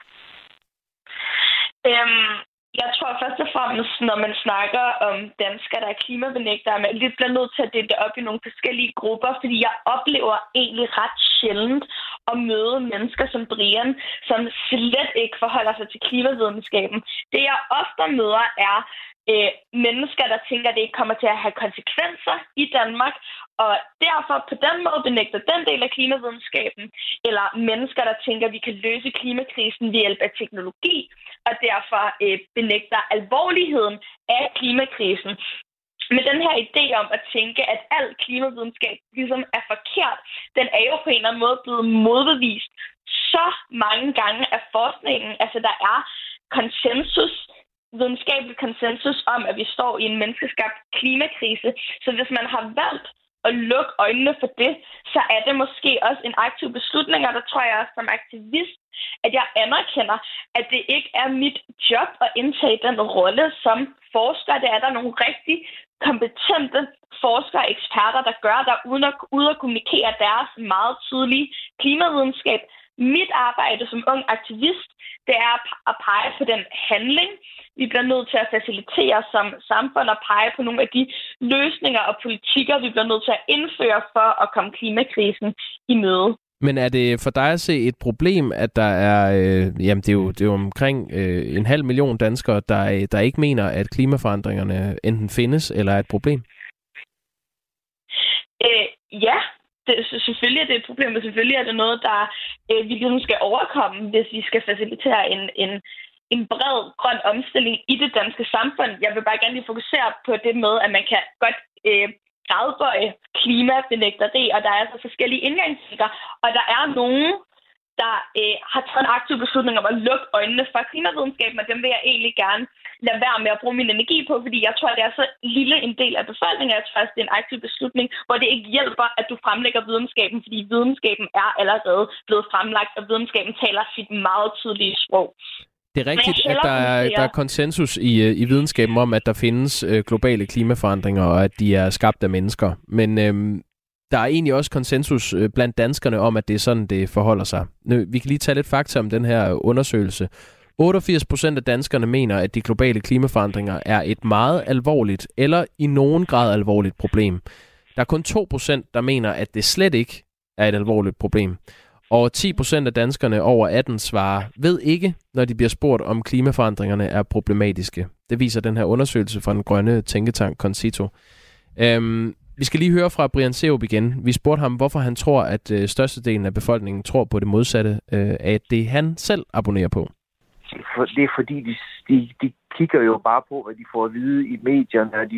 Jeg tror først og fremmest, når man snakker om danskere, der er klimabenægtere, at man lidt bliver nødt til at dele det op i nogle forskellige grupper, fordi jeg oplever egentlig ret sjældent at møde mennesker som Brian, som slet ikke forholder sig til klimavidenskaben. Det jeg ofte møder er mennesker, der tænker, at det ikke kommer til at have konsekvenser i Danmark, og derfor på den måde benægter den del af klimavidenskaben, eller mennesker, der tænker, at vi kan løse klimakrisen ved hjælp af teknologi, og derfor benægter alvorligheden af klimakrisen. Men den her idé om at tænke, at al klimavidenskab ligesom er forkert, den er jo på en eller anden måde blevet modbevist så mange gange af forskningen. Altså der er videnskabelig konsensus om, at vi står i en menneskeskabt klimakrise. Så hvis man har valgt at lukke øjnene for det, så er det måske også en aktiv beslutning, og der tror jeg også som aktivist, at jeg anerkender, at det ikke er mit job at indtage den rolle som forsker. Det er der nogle rigtig kompetente forskere og eksperter, der gør, der uden at kommunikere deres meget tydelige klimavidenskab. Mit arbejde som ung aktivist, det er at pege på den handling, vi bliver nødt til at facilitere som samfund og pege på nogle af de løsninger og politikker, vi bliver nødt til at indføre for at komme klimakrisen i møde. Men er det for dig at se et problem, at der er, det er jo omkring 500.000 danskere, der ikke mener, at klimaforandringerne enten findes eller er et problem? Ja, selvfølgelig er det et problem, og selvfølgelig er det noget, der vi ligesom skal overkomme, hvis vi skal facilitere en bred grøn omstilling i det danske samfund. Jeg vil bare gerne lige fokusere på det med, at man kan godt gradbøje klimabenægteri, og der er altså forskellige indgangsvinkler, og der er nogen, der har taget en aktiv beslutning om at lukke øjnene for klimavidenskaben, og dem vil jeg egentlig gerne lade være med at bruge min energi på, fordi jeg tror, det er så lille en del af befolkningen, jeg tror, at det er en aktiv beslutning, hvor det ikke hjælper, at du fremlægger videnskaben, fordi videnskaben er allerede blevet fremlagt, og videnskaben taler sit meget tydelige sprog. Det er rigtigt, at der er konsensus i videnskaben om, at der findes globale klimaforandringer, og at de er skabt af mennesker. Men der er egentlig også konsensus blandt danskerne om, at det er sådan, det forholder sig. Vi kan lige tage lidt fakta om den her undersøgelse. 88% af danskerne mener, at de globale klimaforandringer er et meget alvorligt, eller i nogen grad alvorligt problem. Der er kun 2%, der mener, at det slet ikke er et alvorligt problem. Og 10% af danskerne over 18 svarer ved ikke, når de bliver spurgt, om klimaforandringerne er problematiske. Det viser den her undersøgelse fra den grønne tænketank Concito. Vi skal lige høre fra Brian Serup igen. Vi spurgte ham, hvorfor han tror, at størstedelen af befolkningen tror på det modsatte af det, han selv abonnerer på. Det er fordi, de kigger jo bare på, hvad de får at vide i medierne, og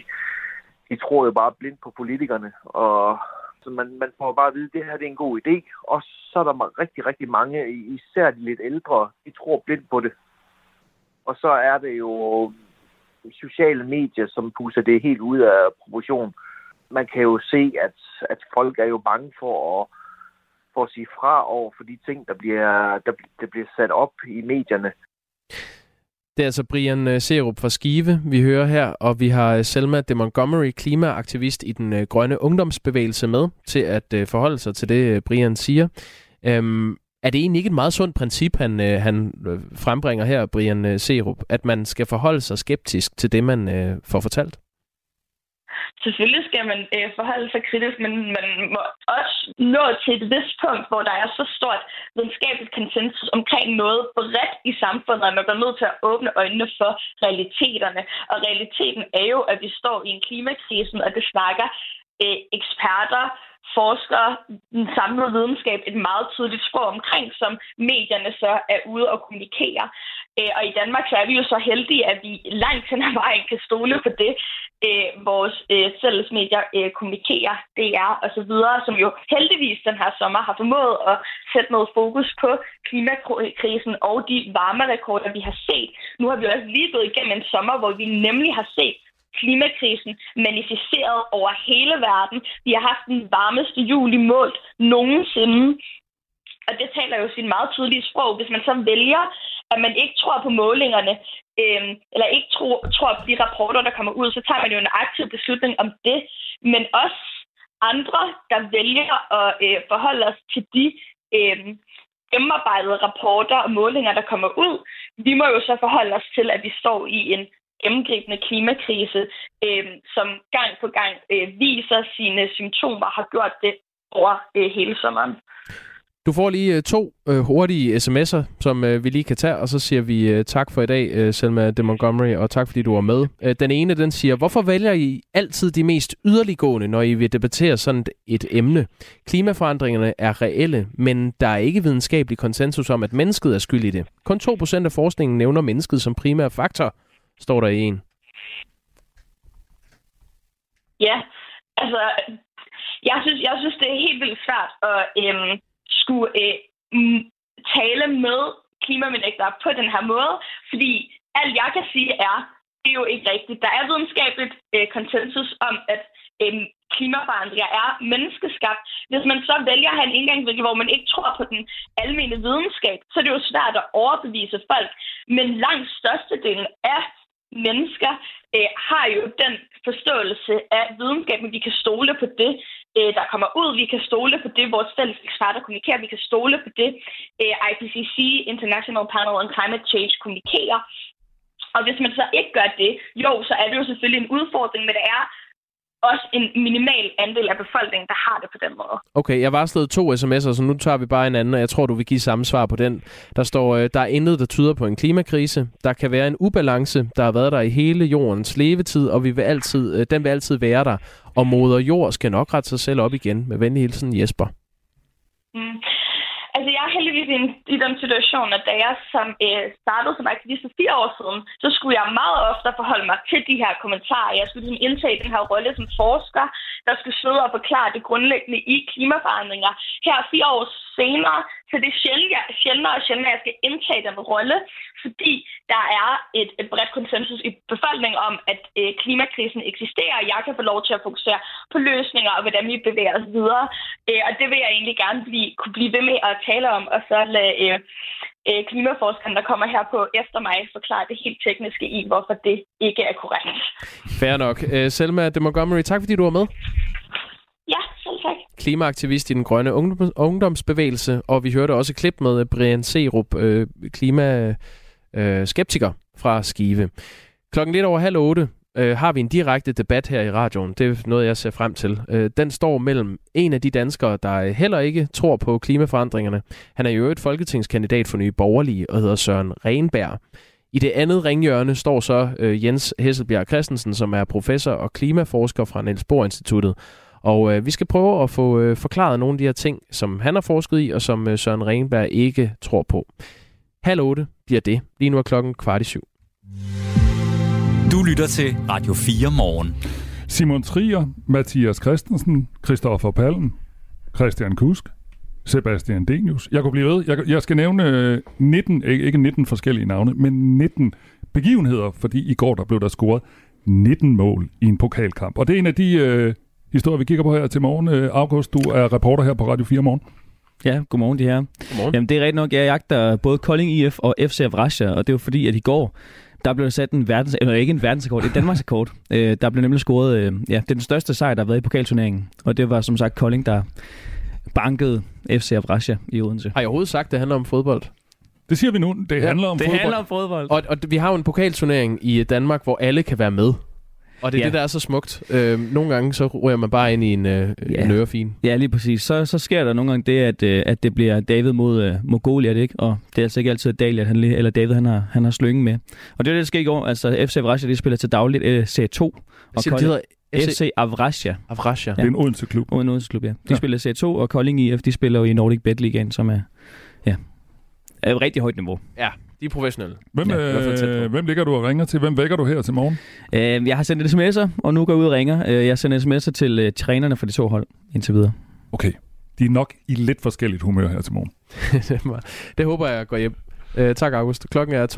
de tror jo bare blindt på politikerne, og så man får bare at vide, at det her det er en god idé, og så er der rigtig, rigtig mange, især de lidt ældre, de tror blindt på det. Og så er det jo sociale medier, som pusser det helt ud af proportion. Man kan jo se, at folk er jo bange for at sige fra over for de ting, der bliver sat op i medierne. Det er altså Brian Serup fra Skive, vi hører her, og vi har Selma de Montgomery, klimaaktivist i den grønne ungdomsbevægelse, med til at forholde sig til det, Brian siger. Er det egentlig ikke et meget sundt princip, han frembringer her, Brian Serup, at man skal forholde sig skeptisk til det, man får fortalt? Selvfølgelig skal man forholde sig kritisk, men man må også nå til et vist punkt, hvor der er så stort videnskabeligt konsensus omkring noget bredt i samfundet, at man bliver nødt til at åbne øjnene for realiteterne. Og realiteten er jo, at vi står i en klimakrise, og det snakker eksperter, forskere, den samlede videnskab et meget tydeligt sprog omkring, som medierne så er ude og kommunikere. Og i Danmark så er vi jo så heldige, at vi langt hen ad vejen kan stole på det, vores fælles medier kommunikerer, DR og så videre, som jo heldigvis den her sommer har formået at sætte noget fokus på klimakrisen og de varmerekorder, vi har set. Nu har vi også lige gået igennem en sommer, hvor vi nemlig har set klimakrisen manifesteret over hele verden. Vi har haft den varmeste juli målt nogensinde. Og det taler jo sin meget tydelige sprog. Hvis man så vælger, at man ikke tror på målingerne, eller ikke tror på de rapporter, der kommer ud, så tager man jo en aktiv beslutning om det. Men også andre, der vælger at forholde os til de gennemarbejdede rapporter og målinger, der kommer ud, vi må jo så forholde os til, at vi står i en gennemgribende klimakrise, som gang på gang viser sine symptomer, har gjort det over hele sommeren. Du får lige 2 hurtige sms'er, som vi lige kan tage, og så siger vi tak for i dag, Selma de Montgomery, og tak fordi du var med. Den ene, den siger, hvorfor vælger I altid de mest yderliggående, når I vil debattere sådan et emne? Klimaforandringerne er reelle, men der er ikke videnskabelig konsensus om, at mennesket er skyld i det. Kun 2% af forskningen nævner mennesket som primær faktor, står der i en. Ja, altså, jeg synes det er helt vildt svært at skulle tale med klimabenægtere på den her måde, fordi alt jeg kan sige det er jo ikke rigtigt. Der er videnskabeligt konsensus om, at klimaforandringer er menneskeskabt. Hvis man så vælger at have en indgangsvinkel, hvor man ikke tror på den almene videnskab, så er det jo svært at overbevise folk. Men langt størstedelen af mennesker har jo den forståelse af videnskaben, vi kan stole på det, der kommer ud, vi kan stole på det, vores fælles eksperter kommunikerer, vi kan stole på det, IPCC, International Panel on Climate Change, kommunikerer. Og hvis man så ikke gør det, jo, så er det jo selvfølgelig en udfordring, men det er også en minimal andel af befolkningen, der har det på den måde. Okay, jeg varslede 2 sms'er, så nu tager vi bare en anden, og jeg tror, du vil give samme svar på den. Der står, der er intet, der tyder på en klimakrise. Der kan være en ubalance, der har været der i hele jordens levetid, og den vil altid være der. Og moder jord skal nok rette sig selv op igen. Med venlig hilsen, Jesper. Altså, jeg er heldigvis i den situation, at da jeg startede som aktivist for 4 år siden, så skulle jeg meget ofte forholde mig til de her kommentarer. Jeg skulle ligesom indtage den her rolle som forsker, der skulle sidde og forklare det grundlæggende i klimaforandringer. Her 4 år senere, så det er sjældnere, at jeg skal indtage den rolle, fordi der er et bredt konsensus i befolkningen om, at klimakrisen eksisterer, og jeg kan få lov til at fokusere på løsninger og hvordan vi bevæger os videre. Og det vil jeg egentlig gerne kunne blive ved med at tale om, og så lade klimaforskeren, der kommer her på efter mig, forklare det helt tekniske i, hvorfor det ikke er korrekt. Fair nok. Selma de Montgomery, tak fordi du var med. Ja, selv tak. Klimaaktivist i den grønne ungdomsbevægelse, og vi hørte også et klip med Brian Serup, klimaskeptiker fra Skive. 7:05 har vi en direkte debat her i radioen. Det er noget, jeg ser frem til. Den står mellem en af de danskere, der heller ikke tror på klimaforandringerne. Han er jo et folketingskandidat for Nye Borgerlige og hedder Søren Renberg. I det andet ringhjørne står så Jens Hesselbjerg Christensen, som er professor og klimaforsker fra Niels Bohr Instituttet. Og vi skal prøve at få forklaret nogle af de her ting, som han har forsket i, og som Søren Renberg ikke tror på. 7:30 bliver det. Lige nu er klokken 7:15. Du lytter til Radio 4 morgen. Simon Trier, Mathias Christensen, Christoffer Pallen, Christian Kusk, Sebastian Denius. Jeg kunne blive ved. Jeg skal nævne 19, ikke 19 forskellige navne, men 19 begivenheder, fordi i går der blev der scoret 19 mål i en pokalkamp. Og det er en af de historier, vi kigger på her til morgen. August, du er reporter her på Radio 4 morgen. Ja, godmorgen de her. Jamen det er rigtigt nok, jeg jagter både Kolding IF og FC Avrasia, og det var fordi, at i går der blev sat en verdensrekord, et Danmarksrekord. Der blev nemlig scoret, det er den største sejr, der har været i pokalturneringen. Og det var som sagt Kolding, der bankede FC Avrasia i Odense. Har jeg overhovedet sagt, det handler om fodbold? Det siger vi nu. Det handler om fodbold. Og vi har jo en pokalturnering i Danmark, hvor alle kan være med. Og det er det, der er så smukt. Nogle gange så ryger man bare ind i en ørefin. Ja, lige præcis. Så sker der nogle gange det, at det bliver David mod Goliat, ikke? Og det er altså ikke altid David, han har slyngen med. Og det er det, der sker i går. Altså FC Avrasia, de spiller til dagligt C2. Og FC Avrasia. Avrasia. Ja. Det er en Odense-klub. En Odense-klub, ja. De spiller C2, og Kolding IF, de spiller jo i Nordic Bet Ligaen, som er et rigtig højt niveau. Ja. De er professionelle. Hvem ligger du og ringer til? Hvem vækker du her til morgen? Jeg har sendt sms'er, og nu går jeg ud og ringer. Jeg sender sms'er til trænerne for de 2 hold indtil videre. Okay. De er nok i lidt forskelligt humør her til morgen. Det håber jeg går hjem. Tak, August. Klokken er 7:12.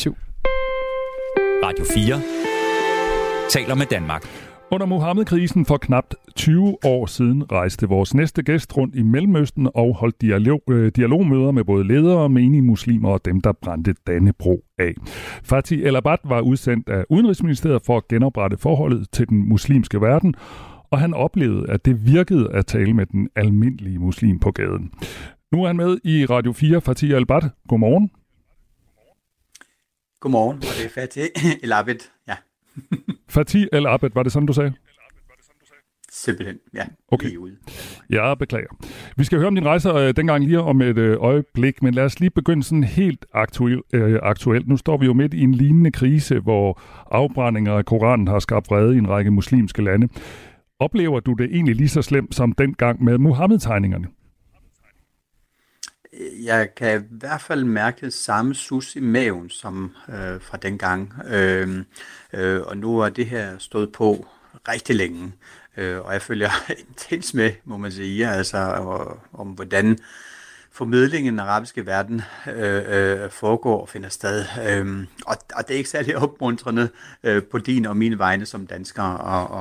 Radio 4 taler med Danmark. Under Mohammed-krisen for knapt 20 år siden rejste vores næste gæst rundt i Mellemøsten og holdt dialogmøder med både ledere, menige muslimer og dem, der brændte Dannebrog af. Fatih El-Abad var udsendt af Udenrigsministeriet for at genoprette forholdet til den muslimske verden, og han oplevede, at det virkede at tale med den almindelige muslim på gaden. Nu er han med i Radio 4, Fatih El-Abad. Godmorgen. Godmorgen, og det er Fatih El-Abad, ja. Fatih El-Abad, var det sådan, du sagde? Simpelthen, ja. Okay. Jeg beklager. Vi skal høre om din rejse dengang lige om et øjeblik, men lad os lige begynde sådan helt aktuelt. Nu står vi jo midt i en lignende krise, hvor afbrændinger af Koranen har skabt vrede i en række muslimske lande. Oplever du det egentlig lige så slemt som dengang med Muhammed-tegningerne? Jeg kan i hvert fald mærke samme sus i maven som fra dengang. Og nu er det her stået på rigtig længe. Og jeg følger intens med, må man sige, altså om hvordan formidlingen i den arabiske verden foregår og finder sted. Og det er ikke særlig opmuntrende på din og mine vegne som danskere,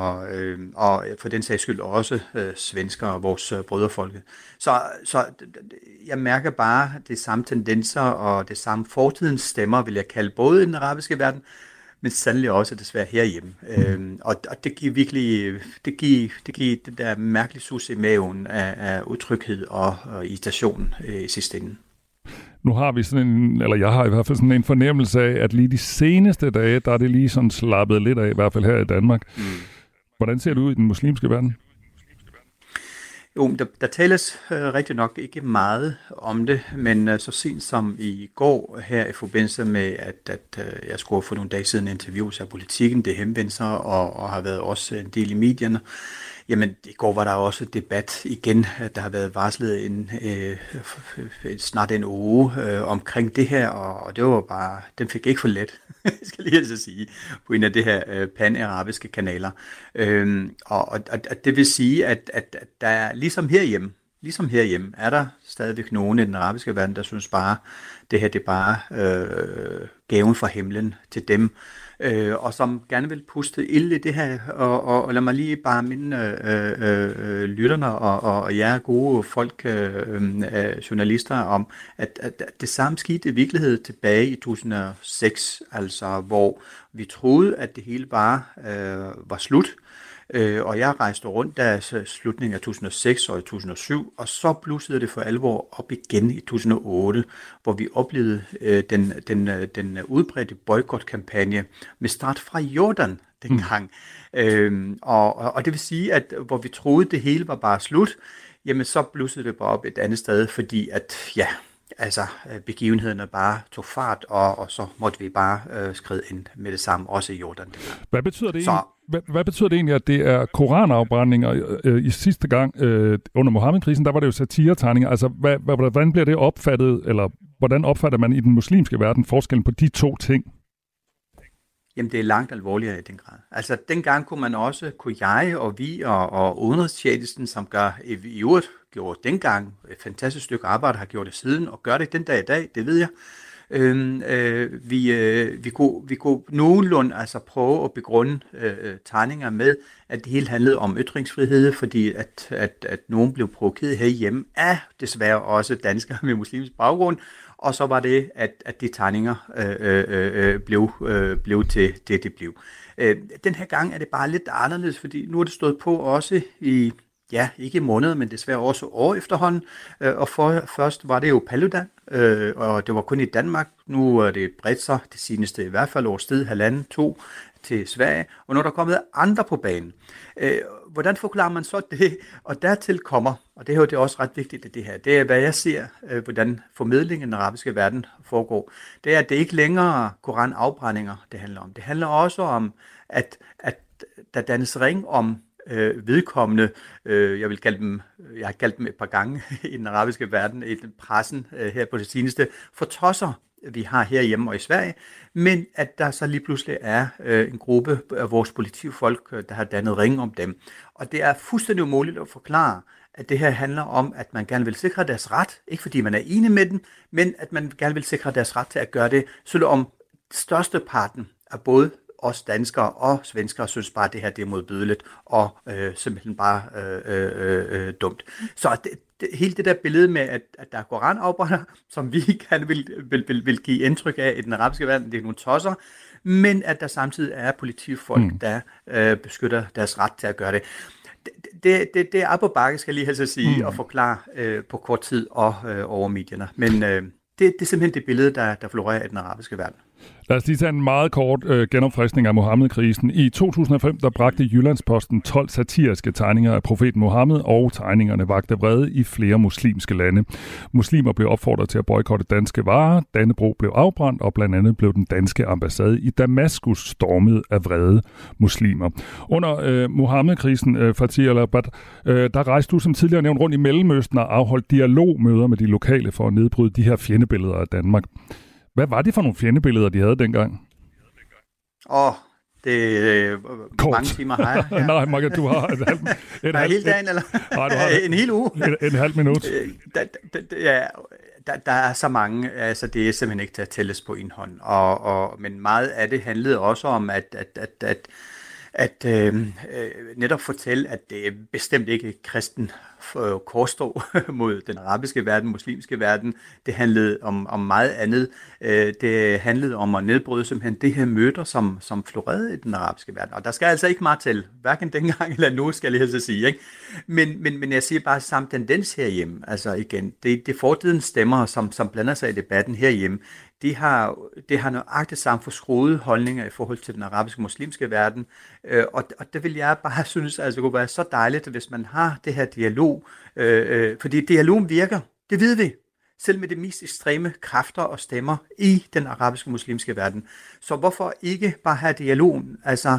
og for den sags skyld også svenskere og vores brødrefolke. Så jeg mærker bare det samme tendenser og det samme fortidens stemmer, vil jeg kalde, både i den arabiske verden, men sandelig også desværre herhjemme. Og det giver virkelig, det giver det der mærkelige sus i maven af utryghed og irritation i sidste ende. Nu har vi sådan en, eller jeg har i hvert fald sådan en fornemmelse af, at lige de seneste dage, der er det lige sådan slappet lidt af, i hvert fald her i Danmark. Hvordan ser det ud i den muslimske verden? Jo, der tales rigtig nok ikke meget om det, men så sent som i går her i forbindelse med, at jeg skulle for nogle dage siden interviews af Politikken, det henvendte sig og har været også en del i medierne. Jamen, i går var der også debat igen, der har været varslet snart en uge omkring det her, og det var bare, den fik ikke for let, skal jeg lige så sige, på en af de her pan-arabiske kanaler. Og det vil sige, at der er ligesom herhjemme, er der stadigvæk nogen i den arabiske verden, der synes bare, det her det er bare gaven fra himlen til dem, og som gerne vil puste ild i det her, og lad mig lige bare minde lytterne og jer gode folk, journalister, om, at det samme skete i virkelighed tilbage i 2006, altså hvor vi troede, at det hele bare var slut. Og jeg rejste rundt der slutningen af 2006 og i 2007, og så blussede det for alvor op igen i 2008, hvor vi oplevede den udbredte boykotkampagne med start fra Jordan dengang. Og det vil sige, at hvor vi troede, det hele var bare slut, jamen så blussede det bare op et andet sted, fordi at begivenhederne bare tog fart, og så måtte vi bare skride ind med det samme, også i Jordan. Hvad betyder det Hvad betyder det egentlig, at det er koranafbrændinger i sidste gang under Muhammed-krisen? Der var det jo satiretegninger. Altså, hvordan bliver det opfattet, eller hvordan opfatter man i den muslimske verden forskellen på de to ting? Jamen, det er langt alvorligere i den grad. Altså, dengang kunne jeg og vi og udenrigstjenesten, som i øvrigt gjorde dengang et fantastisk stykke arbejde, har gjort det siden, og gør det den dag i dag, det ved jeg. Vi kunne nogenlunde altså prøve at begrunde tegninger med, at det hele handlede om ytringsfrihed, fordi at nogen blev provokeret herhjemme af desværre også danskere med muslimsk baggrund, og så var det, at de tegninger blev til det blev. Den her gang er det bare lidt anderledes, fordi nu er det stået på også i, ikke måneder, men desværre også år efterhånden. Og først var det jo Paludan, og det var kun i Danmark. Nu er det bredt sig det seneste i hvert fald års tid, 1,5-2 til Sverige. Og nu er der kommet andre på banen. Hvordan forklarer man så det? Og dertil kommer, og det er jo det også ret vigtigt at det her, det er, hvad jeg ser, hvordan formidlingen i den arabiske verden foregår. Det er, at det ikke længere koranafbrændinger, det handler om. Det handler også om, at der dannes ring om vedkommende, jeg har kaldt dem et par gange i den arabiske verden, i pressen her på det seneste, for tosser, vi har herhjemme og i Sverige, men at der så lige pludselig er en gruppe af vores politifolk, der har dannet ring om dem. Og det er fuldstændig umuligt at forklare, at det her handler om, at man gerne vil sikre deres ret, ikke fordi man er enig med dem, men at man gerne vil sikre deres ret til at gøre det, selvom størsteparten af både os danskere og svenskere synes bare, at det her det er modbydeligt og simpelthen bare dumt. Så hele det der billede med, at der er koranafbrændere, som vi gerne vil give indtryk af i den arabiske verden, det er nogle tosser, men at der samtidig er politifolk, der beskytter deres ret til at gøre det. Det er op på bakke, skal jeg lige helst sige, og forklare på kort tid og over medierne. Men det er simpelthen det billede, der florerer i den arabiske verden. Lad os lige tage en meget kort genopfriskning af Muhammed-krisen. I 2005 der bragte Jyllandsposten 12 satiriske tegninger af profeten Muhammed, og tegningerne vakte vrede i flere muslimske lande. Muslimer blev opfordret til at boykotte danske varer, Dannebrog blev afbrændt, og blandt andet blev den danske ambassade i Damaskus stormet af vrede muslimer. Under Muhammed-krisen, Fatih al-Abad, der rejste du som tidligere nævnt rundt i Mellemøsten og afholdt dialogmøder med de lokale for at nedbryde de her fjendebilleder af Danmark. Hvad var det for nogle fjendebilleder, de havde dengang? Hvor mange timer har jeg? Ja. Nej, Mark, du har hele dagen, eller? Nej, du har en hel uge. En halv minut. Der er så mange, altså det er simpelthen ikke til at tælles på en hånd. Men meget af det handlede også om, at netop fortælle, at det er bestemt ikke kristen korstog mod den arabiske verden, muslimske verden. Det handlede om meget andet. Det handlede om at nedbryde simpelthen det her møder, som florerede i den arabiske verden. Og der skal altså ikke meget til, hverken dengang eller nu, skal jeg helst sige. Ikke? Men jeg siger bare samme tendens herhjemme. Altså igen, det fortidens stemmer, som blander sig i debatten herhjemme, det har nøjagtigt samme forskruede holdninger i forhold til den arabiske muslimske verden, og det vil jeg bare synes, altså kunne være så dejligt, hvis man har det her dialog, fordi dialogen virker, det ved vi, selv med de mest ekstreme kræfter og stemmer i den arabiske muslimske verden. Så hvorfor ikke bare have dialogen, altså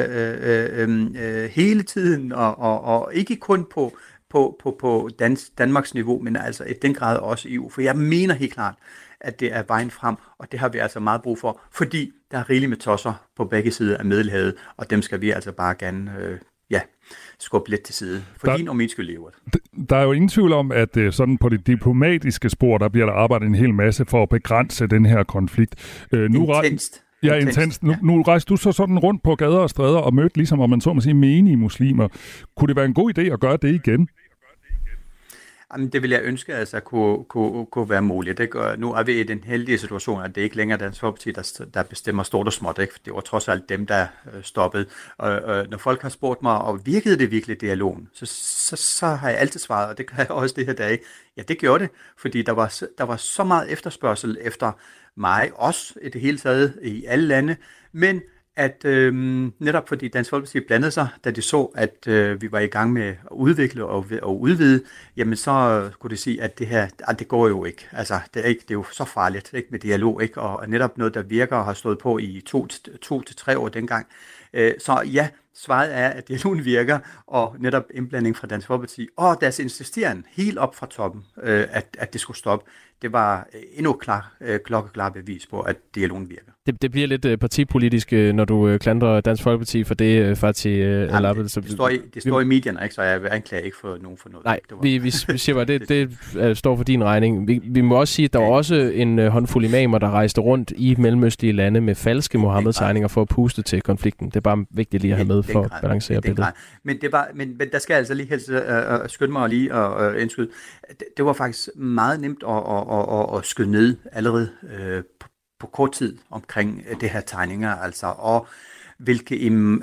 hele tiden, og ikke kun på Danmarks niveau, men altså i den grad også EU, for jeg mener helt klart, at det er vejen frem, og det har vi altså meget brug for, fordi der er rigeligt med tosser på begge sider af Middelhavet, og dem skal vi altså bare gerne skubbe lidt til side. For din og min skyld lever det. Der er jo ingen tvivl om, at sådan på det diplomatiske spor, der bliver der arbejdet en hel masse for at begrænse den her konflikt. Intenst. Ja, intenst. Nu rejste du så sådan rundt på gader og stræder og mødte, ligesom om man så må sige, menige muslimer. Kunne det være en god idé at gøre det igen? Jamen, det vil jeg ønske, altså kunne være muligt. Nu er vi i den heldige situation, at det ikke længere Dansk Folkeparti, der bestemmer stort og småt. Ikke? Det var trods alt dem, der stoppede. Og når folk har spurgt mig, og virkede det virkelig dialogen, så har jeg altid svaret, og det kan jeg også det her dag. Ja, det gjorde det, fordi der var så meget efterspørgsel efter mig, også i det hele taget i alle lande, men at netop fordi Dansk Folkeparti blandede sig, da de så, at vi var i gang med at udvikle og udvide, jamen så kunne de sige, at det her, det går jo ikke. Altså, det er jo så farligt, ikke, med dialog, ikke? Og netop noget, der virker og har stået på i 2 til 3 år dengang. Så ja, svaret er, at dialogen virker, og netop indblanding fra Dansk Folkeparti, og deres insisteren helt op fra toppen, at det skulle stoppe, det var endnu klokkeklar bevis på, at dialogen virker. Det bliver lidt partipolitisk, når du klandrer Dansk Folkeparti for det, Fatih El-Abed. Det står i medierne, ikke? Så jeg anklager ikke for nogen for noget. Nej, vi siger bare, det står for din regning. Vi må også sige, at der var også en håndfuld imamer, der rejste rundt i mellemøstlige lande med falske Mohammed-tegninger for at puste til konflikten. Det er bare vigtigt lige at have med for at balancere billedet. Men der skal altså lige helst skynde mig lige og indskyde. Det var faktisk meget nemt at skyde ned allerede på kort tid omkring det her tegninger, altså, og hvilke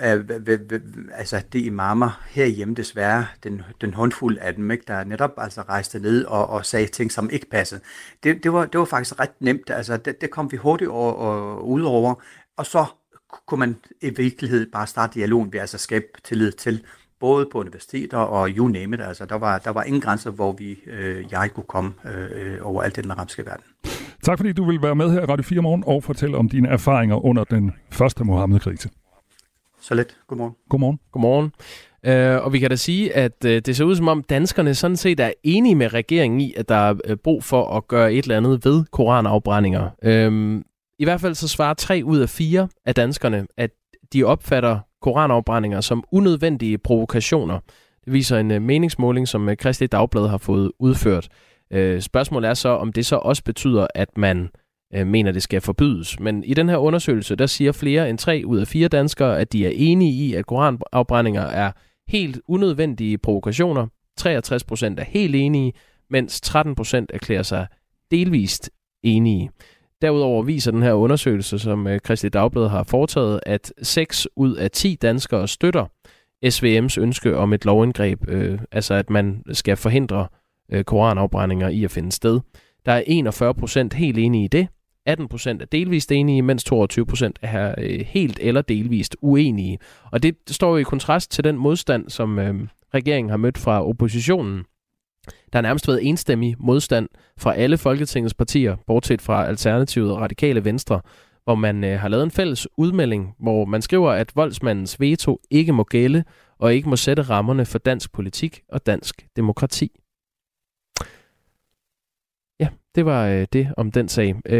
de imamer herhjemme desværre, den håndfuld af dem, ikke, der netop altså rejste ned og sagde ting, som ikke passede. Det var faktisk ret nemt, altså det kom vi hurtigt ud over, og så kunne man i virkeligheden bare starte dialogen ved altså skabe tillid til, både på universiteter og you name it, altså der var ingen grænser, hvor jeg kunne komme over alt den arabiske verden. Tak fordi du vil være med her i Radio 4 Morgen og fortælle om dine erfaringer under den første Mohammed-krise. Så let. Godmorgen. Godmorgen. Godmorgen. Og vi kan da sige, at det ser ud som om danskerne sådan set er enige med regeringen i, at der er brug for at gøre et eller andet ved koranafbrændinger. I hvert fald så svarer 3 ud af 4 af danskerne, at de opfatter koranafbrændinger som unødvendige provokationer. Det viser en meningsmåling, som Kristeligt Dagblad har fået udført. Spørgsmålet er så, om det så også betyder, at man mener, det skal forbydes. Men i den her undersøgelse, der siger flere end 3 ud af 4 danskere, at de er enige i, at koranafbrændinger er helt unødvendige provokationer. 63% er helt enige, mens 13% erklærer sig delvist enige. Derudover viser den her undersøgelse, som Kristeligt Dagblad har foretaget, at 6 ud af 10 danskere støtter SVM's ønske om et lovindgreb, altså at man skal forhindre koranafbrændinger i at finde sted. Der er 41% helt enige i det, 18% er delvist enige, mens 22% er helt eller delvist uenige. Og det står jo i kontrast til den modstand, som regeringen har mødt fra oppositionen. Der har nærmest været enstemmig modstand fra alle Folketingets partier, bortset fra Alternativet og Radikale Venstre, hvor man har lavet en fælles udmelding, hvor man skriver, at voldsmandens veto ikke må gælde og ikke må sætte rammerne for dansk politik og dansk demokrati. Ja, det var det om den sag.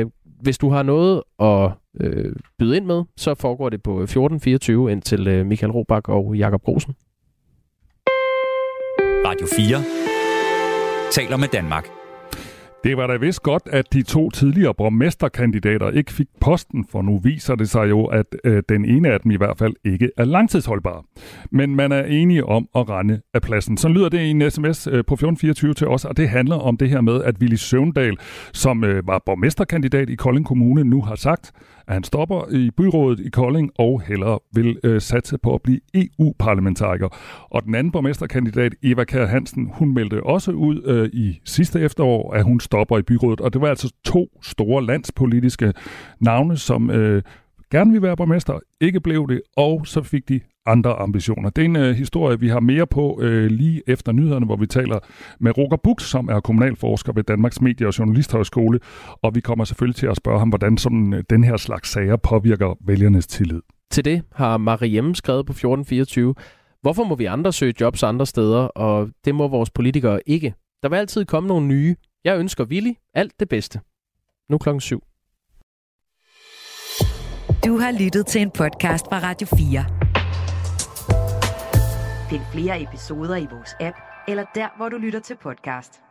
hvis du har noget at byde ind med, så foregår det på 1424 ind til Michael Robach og Jakob Grosen. Radio 4 taler med Danmark. Det var da vist godt, at de 2 tidligere borgmesterkandidater ikke fik posten, for nu viser det sig jo, at den ene af dem i hvert fald ikke er langtidsholdbar. Men man er enige om at rende af pladsen. Så lyder det i en sms på 1424 til os, og det handler om det her med, at Villy Søvndal, som var borgmesterkandidat i Kolding Kommune, nu har sagt, at han stopper i byrådet i Kolding og hellere vil satse på at blive EU-parlamentariker. Og den anden borgmesterkandidat, Eva Kjær Hansen, hun meldte også ud i sidste efterår, at hun stopper i byrådet. Og det var altså 2 store landspolitiske navne, som gerne vil være borgmester, ikke blev det, og så fik de andre ambitioner. Det er en historie, vi har mere på lige efter nyhederne, hvor vi taler med Roger Buchs, som er kommunalforsker ved Danmarks Medie- og Journalisthøjskole, og vi kommer selvfølgelig til at spørge ham, hvordan sådan den her slags sager påvirker vælgernes tillid. Til det har Mariemme skrevet på 1424. Hvorfor må vi andre søge jobs andre steder, og det må vores politikere ikke? Der vil altid komme nogle nye. Jeg ønsker Villy alt det bedste. Nu 7:00. Du har lyttet til en podcast fra Radio 4. Find flere episoder i vores app, eller der, hvor du lytter til podcast.